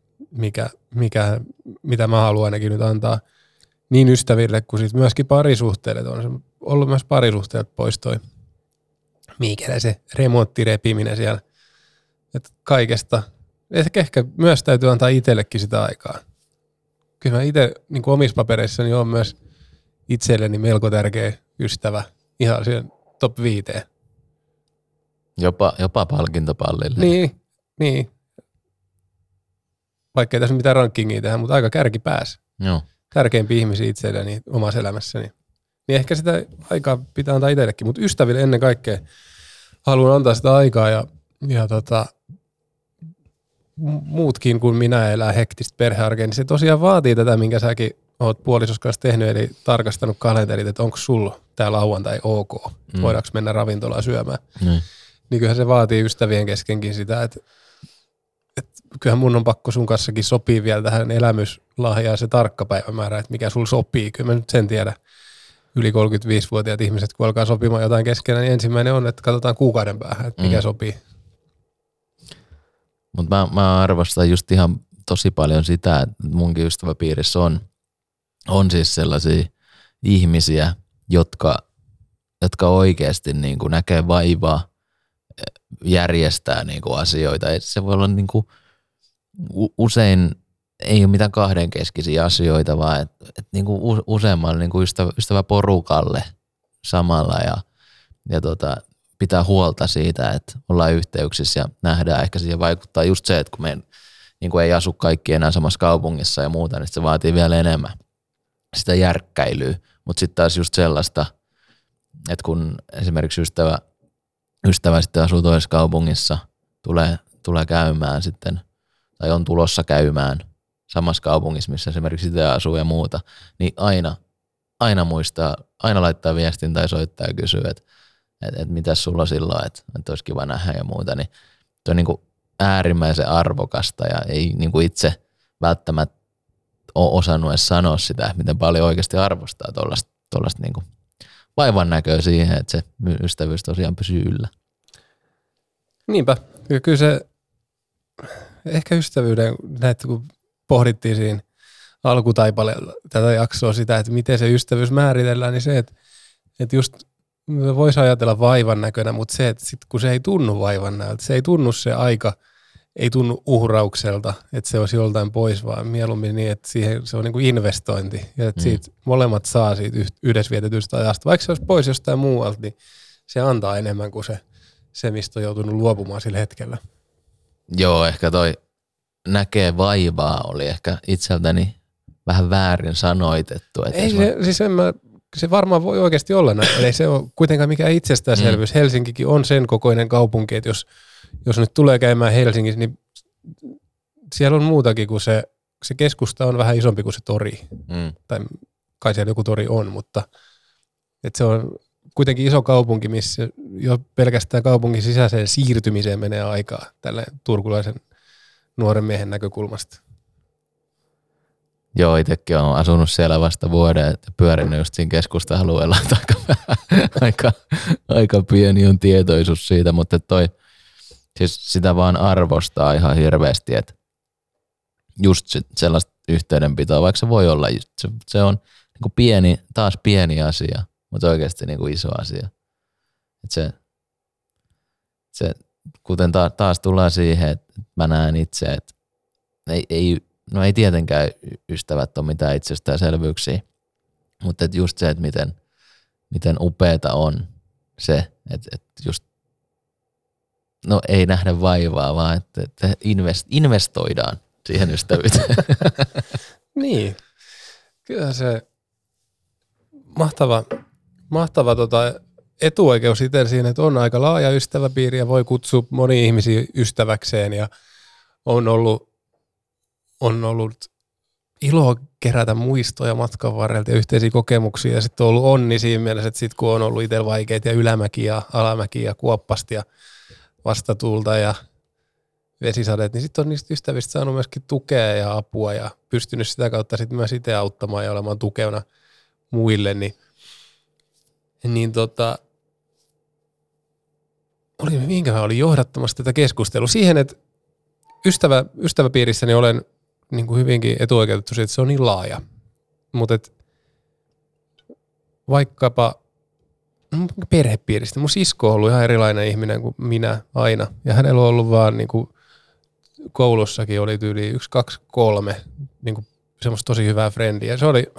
mitä mä haluan ainakin nyt antaa niin ystäville kuin sitten myöskin parisuhteille. On se ollut myös parisuhteet pois toi se remonttirepiminen siellä. Et kaikesta. Ehkä myös täytyy antaa itsellekin sitä aikaa. Kyllä mä itse niin omissa papereissani on myös itselleni melko tärkeä ystävä ihan siihen top 5. Jopa palkintopallille. Niin. Vaikka ei tässä mitään rankingia tehdä, mutta aika kärki pääsi. Joo. Tärkeimpiä ihmisiä itselleni omassa elämässäni. Niin ehkä sitä aikaa pitää antaa itsellekin, mutta ystäville ennen kaikkea haluan antaa sitä aikaa ja muutkin kuin minä elää hektistä perhearkea, niin se tosiaan vaatii tätä, minkä säkin oot puolisos kanssa tehnyt, eli tarkastanut kalenterit, että onko sulla tää lauantai ok, voidaanko mennä ravintolaan syömään. Niin kyllähän se vaatii ystävien keskenkin sitä, että kyllähän mun on pakko sun kanssakin sopii vielä tähän elämyslahjaan se tarkka päivämäärä, että mikä sulla sopii. Kyllä mä nyt sen tiedän. Yli 35-vuotiaat ihmiset, kun alkaa sopimaan jotain keskenään, niin ensimmäinen on, että katsotaan kuukauden päähän, että mikä sopii. Mutta mä arvostan just ihan tosi paljon sitä, että munkin ystäväpiirissä on siis sellaisia ihmisiä, jotka oikeasti niin kuin näkee vaivaa, järjestää niin kuin asioita. Se voi olla niin kuin usein ei ole mitään kahdenkeskisiä asioita, vaan et niin kuin useammalle niin kuin ystäväporukalle samalla ja pitää huolta siitä, että ollaan yhteyksissä ja nähdään. Ehkä siihen vaikuttaa just se, että kun me niin kuin ei asu kaikki enää samassa kaupungissa ja muuta, niin se vaatii vielä enemmän sitä järkkäilyä. Mutta sitten taas just sellaista, että kun esimerkiksi ystävä sitten asuu toisessa kaupungissa, tulee käymään sitten, tai on tulossa käymään samassa kaupungissa, missä esimerkiksi itse asuu ja muuta, niin aina muistaa, aina laittaa viestin tai soittaa ja kysyy, että mitäs sulla silloin, että olisi kiva nähdä ja muuta, niin se on niin kuin äärimmäisen arvokasta ja ei niin kuin itse välttämättä ole osannut edes sanoa sitä, miten paljon oikeasti arvostaa tuollaista niin kuin vaivan näköä siihen, että se ystävyys tosiaan pysyy yllä. Niinpä. Kyllä se ehkä ystävyyden, näitä kun pohdittiin siinä alkutaipaleella tätä jaksoa sitä, että miten se ystävyys määritellään, niin se, että just voisi ajatella vaivan näkönä, mutta se, että sit kun se ei tunnu vaivan näöltä, se ei tunnu se aika, ei tunnu uhraukselta, että se olisi joltain pois, vaan mieluummin niin, että siihen se on niin kuin investointi ja että siitä molemmat saa siitä yhdessä vietetystä ajasta. Vaikka se olisi pois jostain muualta, niin se antaa enemmän kuin se mistä on joutunut luopumaan sillä hetkellä. Joo, ehkä toi näkee vaivaa oli ehkä itseltäni vähän väärin sanoitettu. Että ei se varmaan voi oikeasti olla näin. Eli se on kuitenkaan mikään itsestäänselvyys. Helsinkikin on sen kokoinen kaupunki, että jos nyt tulee käymään Helsingissä, niin siellä on muutakin kuin se keskusta on vähän isompi kuin se tori. Tai kai siellä joku tori on, mutta että se on kuitenkin iso kaupunki, missä jo pelkästään kaupungin sisäiseen siirtymiseen menee aikaa tälle turkulaisen nuoren miehen näkökulmasta. Joo, itsekin olen asunut siellä vasta vuoden, että pyörinyt just siinä keskusta-alueella, aika pieni on tietoisuus siitä, mutta siis sitä vaan arvostaa ihan hirveästi, että just sellaista yhteydenpitoa, vaikka se voi olla, se on niin kuin pieni asia, mutta oikeasti niin kuin iso asia. Että se kuten taas tullaan siihen, että mä näen itse, että ei tietenkään ystävät ole mitään itsestäänselvyyksiä, mutta et just se, että miten upeata on se, että just no ei nähdä vaivaa, vaan että investoidaan siihen ystävyyteen. Niin, kyllä se mahtava etuoikeus itse siinä, että on aika laaja ystäväpiiri ja voi kutsua monia ihmisiä ystäväkseen ja on ollut ilo kerätä muistoja matkan varrelta ja yhteisiä kokemuksia ja sitten on ollut onni siinä mielessä, että sitten kun on ollut itsellä vaikeita ja ylämäkiä ja alamäkiä ja kuoppasta ja vastatuulta ja vesisadeet, niin sitten on niistä ystävistä saanut myöskin tukea ja apua ja pystynyt sitä kautta sitten myös itse auttamaan ja olemaan tukevana muille, niin minkä olin johdattamassa tätä keskustelua siihen, että ystäväpiirissäni olen niin kuin hyvinkin etuoikeutettu siitä, että se on niin laaja. Mutta vaikkapa perhepiiristä. Mun sisko on ollut ihan erilainen ihminen kuin minä aina. Ja hänellä on ollut vaan niin kuin koulussakin oli tyyli 1, 2, 3 niin kuin semmoista tosi hyvää frendiä. Se oli,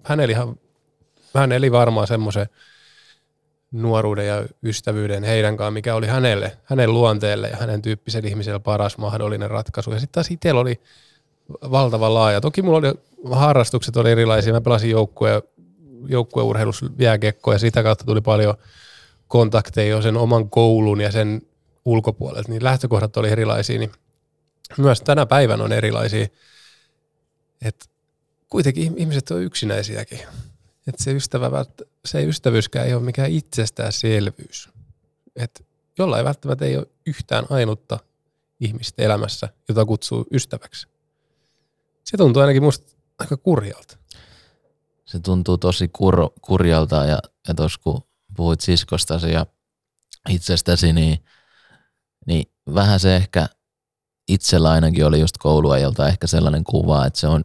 hän eli varmaan semmoisen nuoruuden ja ystävyyden heidän kanssaan, mikä oli hänen luonteelle ja hänen tyyppisen ihmiselle paras mahdollinen ratkaisu. Ja sitten taas itsellä oli valtavan laaja. Toki mulla oli harrastukset oli erilaisia. Mä pelasin joukkueurheilussa jääkiekkoa ja sitä kautta tuli paljon kontakteja jo sen oman koulun ja sen ulkopuolelta. Niin lähtökohdat oli erilaisia. Niin myös tänä päivänä on erilaisia. Että kuitenkin ihmiset on yksinäisiäkin. Että se ystävyyskään ei ole mikään itsestäänselvyys. Että jollain välttämättä ei ole yhtään ainutta ihmistä elämässä, jota kutsuu ystäväksi. Se tuntuu ainakin musta aika kurjalta. Se tuntuu tosi kurjalta ja tuossa kun puhuit siskostasi ja itsestäsi, niin vähän se ehkä itsellä ainakin oli just kouluajalta ehkä sellainen kuva, että se on,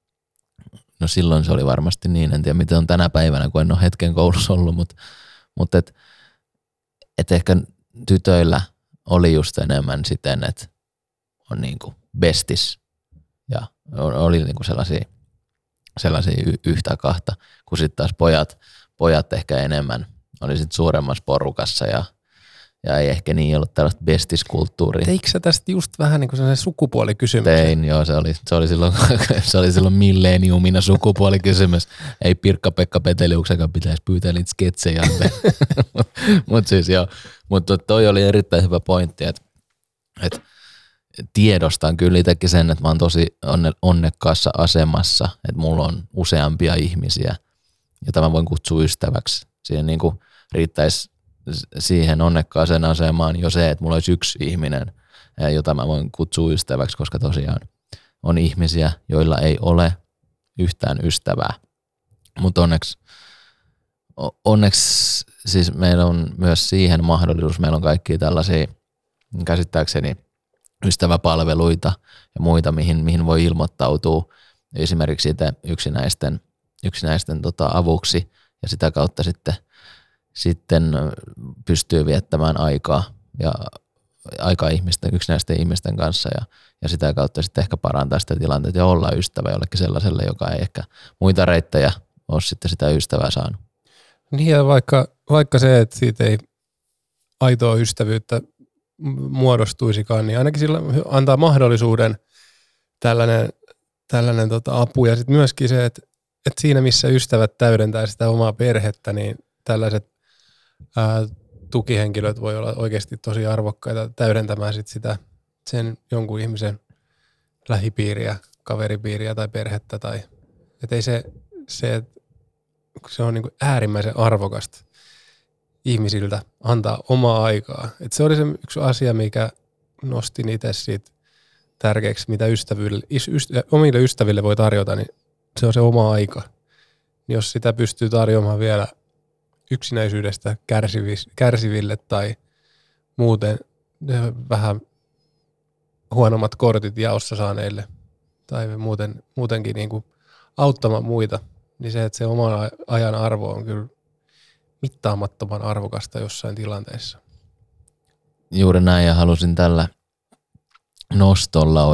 no silloin se oli varmasti niin, en tiedä miten on tänä päivänä, kun en ole hetken koulussa ollut, mutta et ehkä tytöillä oli just enemmän siten, että on niinku bestis ja oli niinku sellaisia yhtä kahta, kun sitten taas pojat ehkä enemmän oli sit suuremmassa porukassa ja ei ehkä niin ollut tällaista bestiskulttuuria. Teikö sä tästä just vähän niin kuin sellainen sukupuolikysymys? Tein, joo, se oli silloin milleniumina sukupuolikysymys. Ei Pirkka-Pekka Peteliuksenkaan pitäisi pyytää niitä sketsejä. Mutta siis joo, mutta toi oli erittäin hyvä pointti, että tiedostan kyllä itsekin sen, että mä oon tosi onnekkaassa asemassa, että mulla on useampia ihmisiä, joita mä voin kutsua ystäväksi. Siihen niin kuin riittäisi siihen onnekkaaseen asemaan jo se, että mulla olisi yksi ihminen, jota mä voin kutsua ystäväksi, koska tosiaan on ihmisiä, joilla ei ole yhtään ystävää. Mutta onneksi siis meillä on myös siihen mahdollisuus, meillä on kaikkia tällaisia käsittääkseni ystäväpalveluita ja muita, mihin voi ilmoittautua esimerkiksi itse yksinäisten avuksi ja sitä kautta sitten pystyy viettämään aikaa yksinäisten ihmisten kanssa ja sitä kautta sitten ehkä parantaa sitä tilannetta ja olla ystävä jollekin sellaiselle, joka ei ehkä muita reittejä ole sitten sitä ystävää saanut. Niin ja vaikka se, että siitä ei aitoa ystävyyttä muodostuisikaan, niin ainakin sillä antaa mahdollisuuden tällainen apu. Ja sitten myöskin se, että siinä missä ystävät täydentää sitä omaa perhettä, niin tällaiset tukihenkilöt voi olla oikeasti tosi arvokkaita täydentämään sitä sen jonkun ihmisen lähipiiriä, kaveripiiriä tai perhettä. Että ei se on niin kuin äärimmäisen arvokasta ihmisiltä antaa omaa aikaa. Et se oli se yksi asia, mikä nostin itse siitä tärkeäksi, mitä omille ystäville voi tarjota, niin se on se oma aika. Jos sitä pystyy tarjoamaan vielä yksinäisyydestä kärsiville tai muuten vähän huonommat kortit jaossa saaneille tai muutenkin niin kuin auttamaan muita, niin se, että se oman ajan arvo on kyllä mittaamattoman arvokasta jossain tilanteessa. Juuri näin, ja halusin tällä nostolla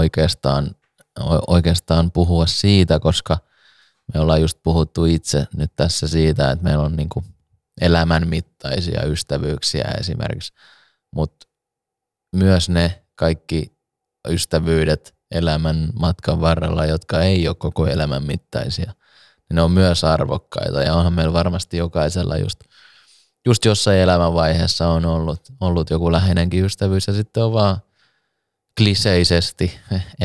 oikeastaan puhua siitä, koska me ollaan just puhuttu itse nyt tässä siitä, että meillä on niinku elämänmittaisia ystävyyksiä esimerkiksi, mutta myös ne kaikki ystävyydet elämän matkan varrella, jotka ei ole koko elämän mittaisia, niin ne on myös arvokkaita, ja onhan meillä varmasti jokaisella just jossain elämänvaiheessa on ollut joku läheinenkin ystävyys, ja sitten on vaan kliseisesti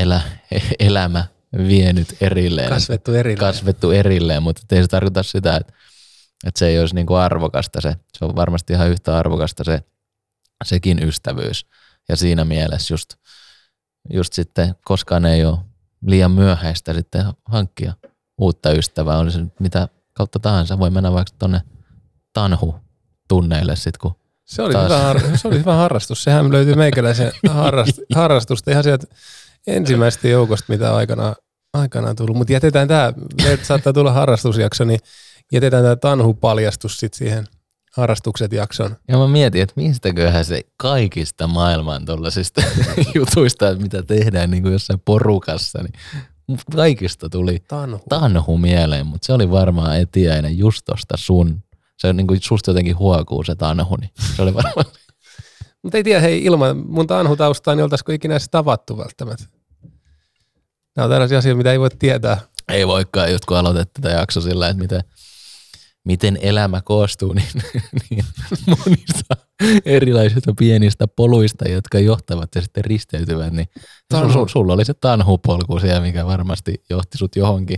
elämä vienyt erilleen. Kasvettu erilleen, mutta ei se tarkoita sitä, että se ei olisi niinku arvokasta se. Se on varmasti ihan yhtä arvokasta sekin ystävyys. Ja siinä mielessä just sitten koskaan ei ole liian myöhäistä sitten hankkia uutta ystävää. Oli se nyt mitä kautta tahansa. Voi mennä vaikka tuonne Tanhu-tunneille sitten, kun se oli hyvä harrastus. Sehän löytyy meikäläisen harrastusta ihan sieltä ensimmäistä joukosta, mitä aikanaan tullut. Mutta jätetään tämä, meiltä saattaa tulla harrastusjakso, niin jätetään tämä Tanhu-paljastus sitten siihen harrastukset jakson. Ja mä mietin, että mistäköhän se kaikista maailman tuollaisista jutuista, että mitä tehdään niin kuin jossain porukassa, niin kaikista tuli Tanhu mieleen, mutta se oli varmaan etiäinen just tosta se on niin kuin susta jotenkin huokuu se Tanhu, niin se oli varmaan. Mutta ei tiedä, hei, ilman mun Tanhu-taustaa, niin oltaisiko ikinä edes tavattu välttämättä? Nämä on tällaisia asioita, mitä ei voi tietää. Ei voikaan, just kun aloitet tätä jakso sillä, että miten elämä koostuu niin monista erilaisista pienistä poluista, jotka johtavat ja sitten risteytyvät, niin sulla oli se Tanhu-polku siellä, mikä varmasti johti sut johonkin,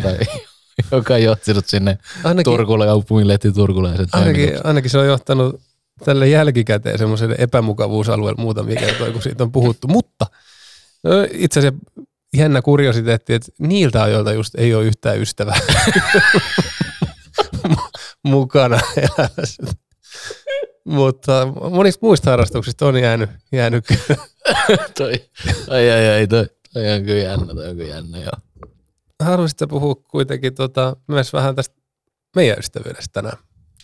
joka johti sut sinne Turkulle, kaupunkilehti Turkulaisen. Ainakin se on johtanut tälle jälkikäteen semmoiselle epämukavuusalueelle muutamia kertoja, kun siitä on puhuttu. Mutta itse asiassa jännä kuriositeetti, että niiltä ajoilta just ei ole yhtään ystävää mukana elämässä. Mutta monista muista harrastuksista on jäänyt kyllä. Toi on kyllä jännä, joo. Haluaisitko puhua kuitenkin myös vähän tästä meidän ystävyydestä tänään?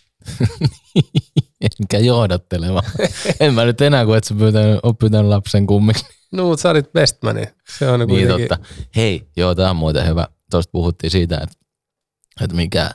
Mikä johdatteleva. En mä nyt enää, kun et sä pyytänyt lapsen kummiksi. No, mutta sä olit bestmani. Se on niin totta. Hei, joo, tää on muuten hyvä. Tuosta puhuttiin siitä, että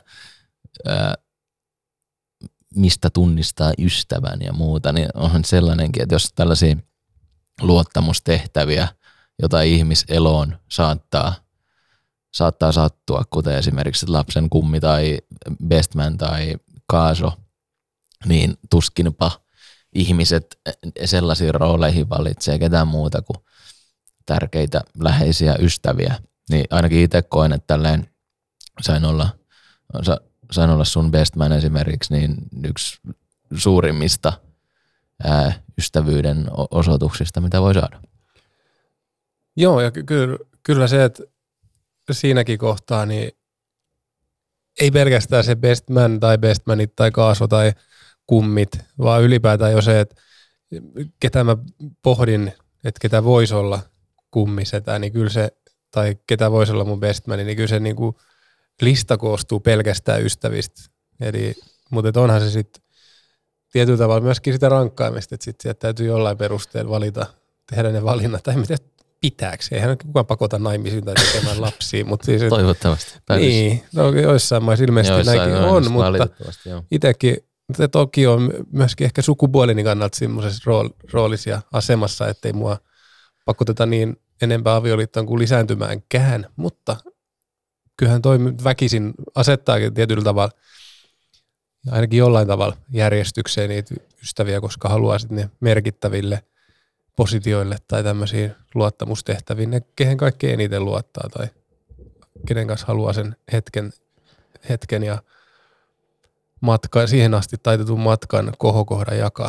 mistä tunnistaa ystävän ja muuta, niin onhan sellainenkin, että jos tällaisia luottamustehtäviä, jota ihmiseloon saattaa sattua, kuten esimerkiksi lapsen kummi tai bestman tai kaaso, niin tuskinpa ihmiset sellaisiin rooleihin valitsee ketään muuta kuin tärkeitä läheisiä ystäviä. Niin ainakin itse koen, että tälleen sain olla sun bestman esimerkiksi, niin yksi suurimmista ystävyyden osoituksista, mitä voi saada. Joo, ja kyllä se, että siinäkin kohtaa niin ei pelkästään se bestman tai bestmanit tai kaaso tai kummit, vaan ylipäätään jo se, että ketä mä pohdin, että ketä voisi olla kummisetä, niin kyllä se tai ketä voisi olla mun bestmani, niin kyllä se niinku lista koostuu pelkästään ystävistä. Mutta onhan se sitten tietyllä tavalla myöskin sitä rankkaamista, että sitten sieltä täytyy jollain perusteella valita, tehdä ne valinnat, tai miten pitääkö. Eihän kukaan pakota naimisiin tai tekemään lapsia. Mutta siis, Toivottavasti. Niin, no, joissain maissa ilmeisesti näinkin on, mutta itsekin se toki on myöskin ehkä sukupuolini kannalta semmoisessa roolissa ja asemassa, ettei mua pakoteta niin enempää avioliittoon kuin lisääntymäänkään, mutta kyllähän toi väkisin asettaakin tietyllä tavalla, ainakin jollain tavalla järjestykseen niitä ystäviä, koska haluaa sitten ne merkittäville positioille tai tämmöisiin luottamustehtäviin, ne kehen kaikkein eniten luottaa tai kenen kanssa haluaa sen hetken ja siihen asti taitetun matkan kohokohdan jakaa.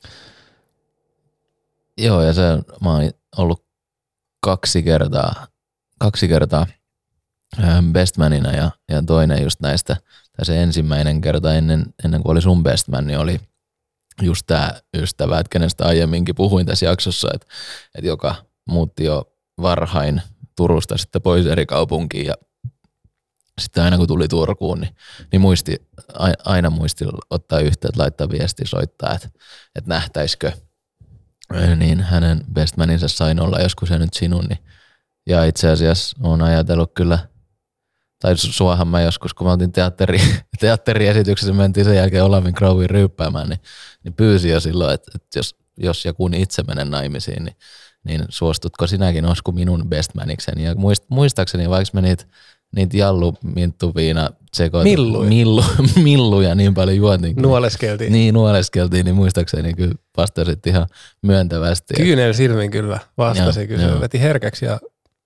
Joo, ja mä oon ollut kaksi kertaa bestmanina ja toinen just näistä, tai se ensimmäinen kerta ennen kuin oli sun bestman, niin oli just tää ystävä, että kenestä aiemminkin puhuin tässä jaksossa, että joka muutti jo varhain Turusta sitten pois eri kaupunkiin ja sitten aina kun tuli Turkuun, niin aina muisti ottaa yhteyttä, laittaa viestiä, soittaa, että nähtäisikö. Niin hänen bestmaninsa sain olla joskus se nyt sinun. Niin. Ja itse asiassa olen ajatellut kyllä, tai suohan mä joskus, kun mä oltiin teatteriesityksessä, mentiin sen jälkeen Olavi Crowin ryyppäämään, niin pyysin jo silloin, että jos ja kun itse menen naimisiin, niin suostutko sinäkin Osku minun bestmanikseni. Ja muistaakseni, vaikka me niitä jallu, minttu, viina, milluja niin paljon juotiin. Nuoleskeltiin. Niin, nuoleskeltiin, niin muistaakseni kyllä vastasit ihan myöntävästi. Kyynel silmin kyllä vastasi, kyllä se veti herkäksi ja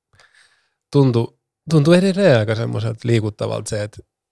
tuntui edelleen aika semmoiselta liikuttavalta se,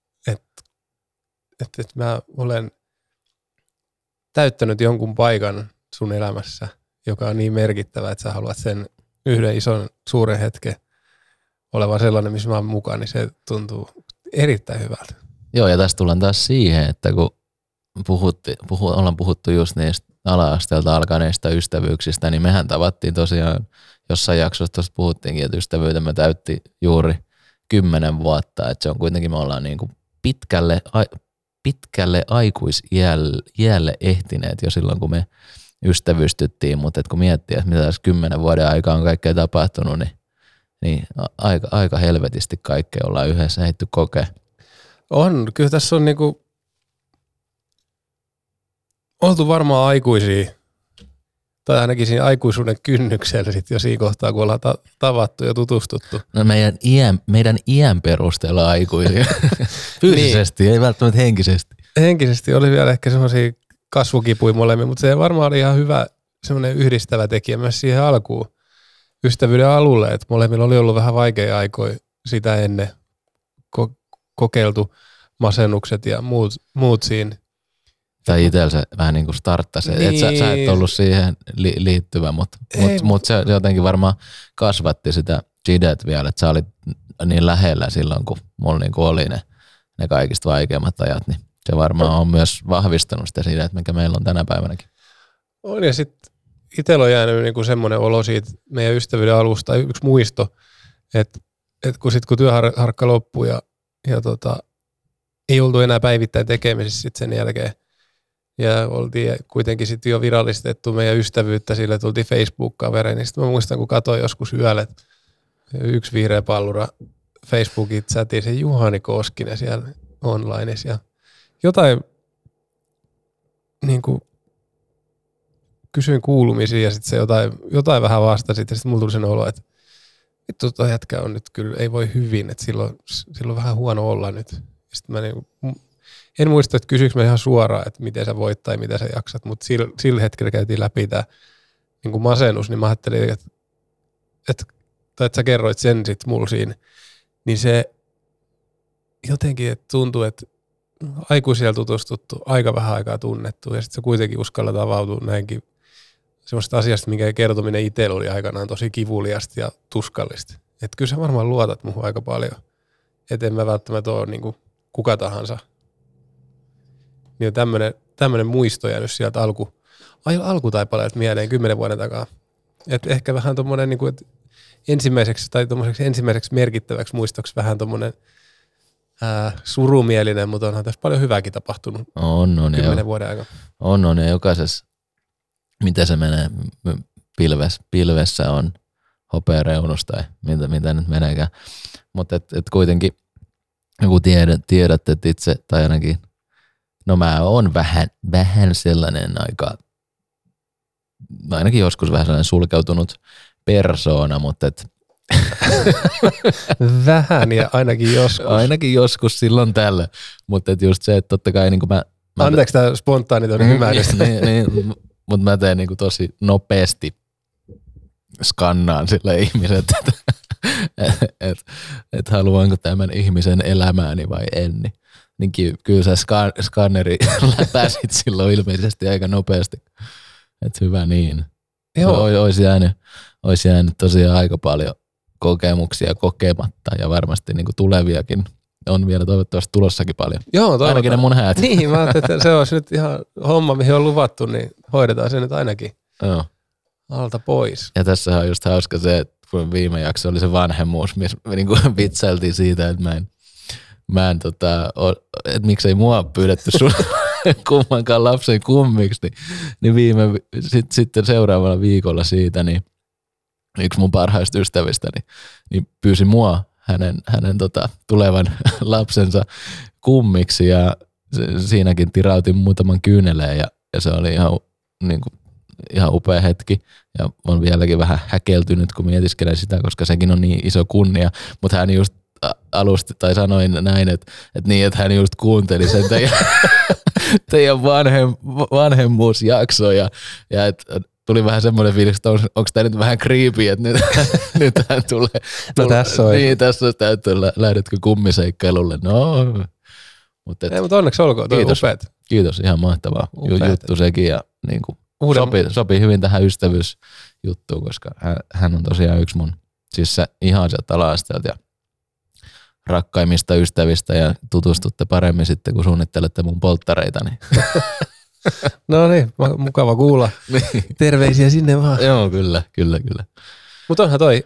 että mä olen täyttänyt jonkun paikan sun elämässä, joka on niin merkittävä, että sä haluat sen yhden ison suuren hetken olevan sellainen, missä mä oon mukaan, niin se tuntuu erittäin hyvältä. Joo, ja tässä tullaan taas siihen, että kun ollaan puhuttu just niistä ala-asteelta alkaneista ystävyyksistä, niin mehän tavattiin tosiaan, jossain jaksossa tuossa puhuttiinkin, että ystävyytemme täytti juuri 10 vuotta, että se on kuitenkin, me ollaan niin kuin pitkälle aikuisiälle ehtineet jo silloin, kun me ystävystyttiin, mutta kun miettii, että mitä tässä 10 vuoden aikaa on kaikkea tapahtunut, niin aika helvetisti kaikkea ollaan yhdessä heitty kokea. On, kyllä tässä on niinku oltu varmaan aikuisia, tai ainakin siinä aikuisuuden kynnyksellä sit jo siinä kohtaa, kun ollaan tavattu ja tutustuttu. No meidän iän perusteella aikuisia. Fyysisesti, niin. Ei välttämättä henkisesti. Henkisesti oli vielä ehkä semmoisia kasvukipuja molemmin, mutta se varmaan oli ihan hyvä semmoinen yhdistävä tekijä myös siihen alkuun. Ystävyyden alulle, että molemmilla oli ollut vähän vaikeita aikoja sitä ennen kokeiltu masennukset ja muut siinä. Tai itsellä se vähän niin kuin starttasi, niin. Että sä et ollut siihen liittyvä, mutta se jotenkin varmaan kasvatti sitä jidet vielä, että sä olit niin lähellä silloin, kun mulla niin kuin oli ne kaikista vaikeimmat ajat, niin se varmaan on myös vahvistanut sitä siitä, että mikä meillä on tänä päivänäkin. On, ja sitten itsellä on jäänyt niinku semmoinen olo siitä meidän ystävyyden alusta, yksi muisto, että kun työharkka loppui ja ei oltu enää päivittäin tekemisissä sit sen jälkeen, ja oltiin kuitenkin sitten jo virallistettu meidän ystävyyttä sille, tultiin Facebook-kaverein, niin sitten mä muistan, kun katsoin joskus yöllä, että yksi vihreä pallura Facebookin chatiin, se Juhani Koskinen siellä onlineissa, ja jotain niin kuin kysyin kuulumisia ja sitten se jotain vähän vastasi ja sitten mulla tuli sen olo, että vittu tuo jätkä on nyt kyllä, ei voi hyvin, että silloin on vähän huono olla nyt. Sitten mä en muista, että kysyykö mä ihan suoraan, että miten sä voit tai mitä sä jaksat, mutta sillä hetkellä käytiin läpi tämä niin masennus, niin mä ajattelin, että sä kerroit sen sitten mulla siinä, niin se jotenkin että tuntuu, että aikuisilla tutustuttu, aika vähän aikaa tunnettu ja sitten se kuitenkin uskallat avautua näinkin semmoista asiasta, minkä kertominen itsellä oli aikanaan tosi kivuliasta ja tuskallista. Että kyllä sä varmaan luotat muuhun aika paljon. Että en mä välttämättä ole niin kuin kuka tahansa. Niin tämmöinen muisto jäänyt sieltä alkutaipaleelta mieleen 10 vuoden takaa. Että ehkä vähän tommonen, niin kuin, että ensimmäiseksi merkittäväksi muistoksi vähän tommonen surumielinen, mutta onhan tässä paljon hyvääkin tapahtunut On 10 vuoden aikana. On ja jokaisessa, miten se menee, pilvessä on hopeareunus tai mitä nyt meneekään. Mutta et kuitenkin, kun tiedät, että itse, tai ainakin, no mä oon vähän sellainen ainakin joskus vähän sellainen sulkeutunut persoona, mutta vähän ja ainakin joskus. Ainakin joskus silloin tällä, mutta just se, että totta kai niin kuin mä anteeksi tämä spontaaniton ymmärrystä. niin, mutta mä teen niin kuin tosi nopeasti skannaan sille ihmiset, että haluanko tämän ihmisen elämääni vai en. Niin kyllä sä skanneri läpäsit silloin ilmeisesti aika nopeasti. Että hyvä niin. Olisi jäänyt tosiaan aika paljon kokemuksia kokematta ja varmasti niin kuin tuleviakin on vielä toivottavasti tulossakin paljon. Joo, ainakin ne mun häät. Niin, mä ajattelin, että se olisi nyt ihan homma, mihin on luvattu, niin hoidetaan se nyt ainakin alta pois. Ja tässä on just hauska se, että kun viime jakso oli se vanhemmuus, missä me niin kuin vitsailtiin siitä, että että miksei mua pyydetty sun kummankaan lapsen kummiksi, niin sitten seuraavalla viikolla siitä, niin yksi mun parhaista ystävistäni niin pyysi mua hänen tulevan lapsensa kummiksi ja siinäkin tirautin muutaman kyyneleen ja se oli ihan upea hetki ja on vieläkin vähän häkeltynyt, kun mietiskelen sitä, koska sekin on niin iso kunnia, mutta hän just alusti tai sanoin näin, että hän just kuunteli sen teidän vanhemmuusjaksoa ja tuli vähän semmoinen fiilis, että onko tämä nyt vähän creepy, että nyt hän tulee. No tässä on. Niin, tässä on täytyy, lähdetkö kummiseikkailulle? No. Mutta onneksi olkoon, toi kiitos, upeat. Kiitos, ihan mahtavaa juttu sekin ja niin kuin sopii hyvin tähän ystävyysjuttuun, koska hän on tosiaan yksi mun, siis se ihan sieltä ala-asteelta ja rakkaimmista ystävistä ja tutustutte paremmin sitten, kun suunnittelette mun polttareita. Niin. No niin, mukava kuulla. Terveisiä sinne vaan. Joo, kyllä. Mutta onhan toi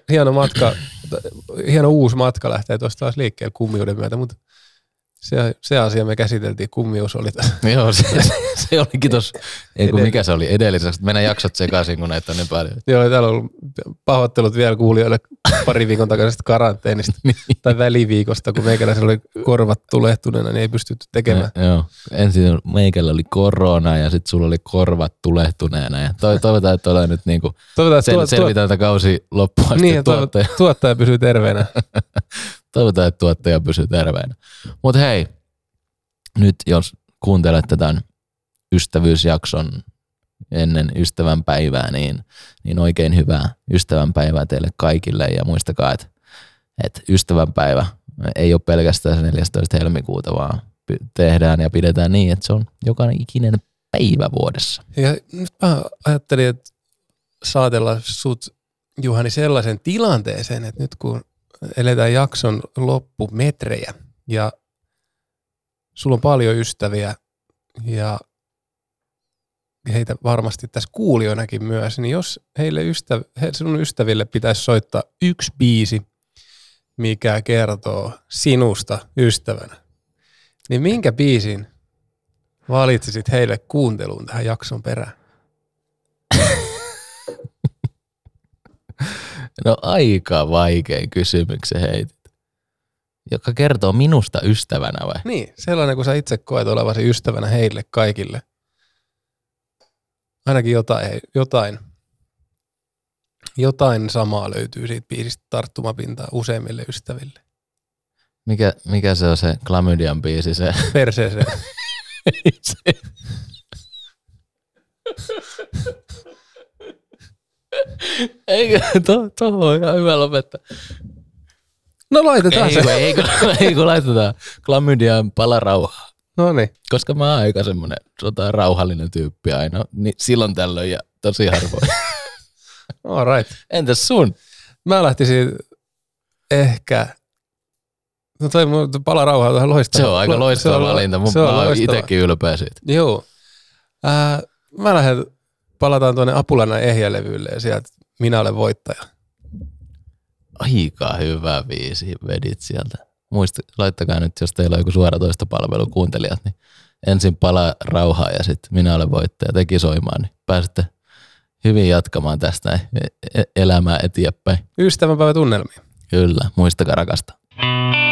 hieno uusi matka lähtee tuosta taas liikkeelle kummiuden myötä, mutta se asia me käsiteltiin, kummius oli tässä. Joo, se olikin tuossa, mikä se oli edelliseksi, mennään jaksot sekaisin, kun näitä on niin paljon. Joo, täällä on ollut pahoittelut vielä kuulijoille pari viikon takaisesta karanteenista tai väliviikosta, kun meikäläisellä oli korvat tulehtuneena, niin ei pystytty tekemään. Joo, ensin meikällä oli korona ja sitten sulla oli korvat tulehtuneena ja toivotaan, että ollaan nyt niinku selvitään tätä kausi loppuun asti. Niin, tuottaja pysyy terveenä. Toivotaan, että tuottaja pysyy terveenä. Mutta hei, nyt jos kuuntelette tämän ystävyysjakson ennen ystävänpäivää, niin oikein hyvää ystävänpäivää teille kaikille. Ja muistakaa, että ystävänpäivä ei ole pelkästään se 14. helmikuuta, vaan tehdään ja pidetään niin, että se on jokainen ikinen päivä vuodessa. Ja nyt mä ajattelin, että saatella sut, Juhani, sellaisen tilanteeseen, että nyt kun eletään jakson loppumetrejä ja sulla on paljon ystäviä ja heitä varmasti tässä kuulijoinakin myös, niin jos sun ystäville pitäisi soittaa yksi biisi, mikä kertoo sinusta ystävänä, niin minkä biisin valitsisit heille kuunteluun tähän jakson perään? No aika vaikein kysymyksen heitit. Joka kertoo minusta ystävänä vai? Niin, sellainen kun sä itse koet olevasi ystävänä heille kaikille. Ainakin jotain samaa löytyy siitä biisistä tarttumapintaa useimmille ystäville. Mikä se on se Klamydian biisi? Se? Perseeseen. Eikö? Tuohon on ihan hyvä lopettaa. No laitetaan se. Eikö laitetaan Klamydian Pala rauhaa. No niin. Koska mä oon aika semmonen rauhallinen tyyppi aina, niin silloin tällöin ja tosi harvoin. All right. Entäs sun? Mä lähtisin ehkä... No toi Pala rauhaa on loistava. Se on aika loistava valinta. Mä oon itekin ylpeä siitä. Joo. Mä palataan tuonne Apulannan ehjälevylle ja sieltä Minä olen voittaja. Aika hyvä biisi vedit sieltä. Laittakaa nyt, jos teillä on joku suoratoistopalvelu kuuntelijat, niin ensin Palaa rauhaa ja sitten Minä olen voittaja teki soimaan, niin pääsette hyvin jatkamaan tästä elämää eteenpäin. Ystävänpäivä tunnelmia. Kyllä, muistakaa rakastaa.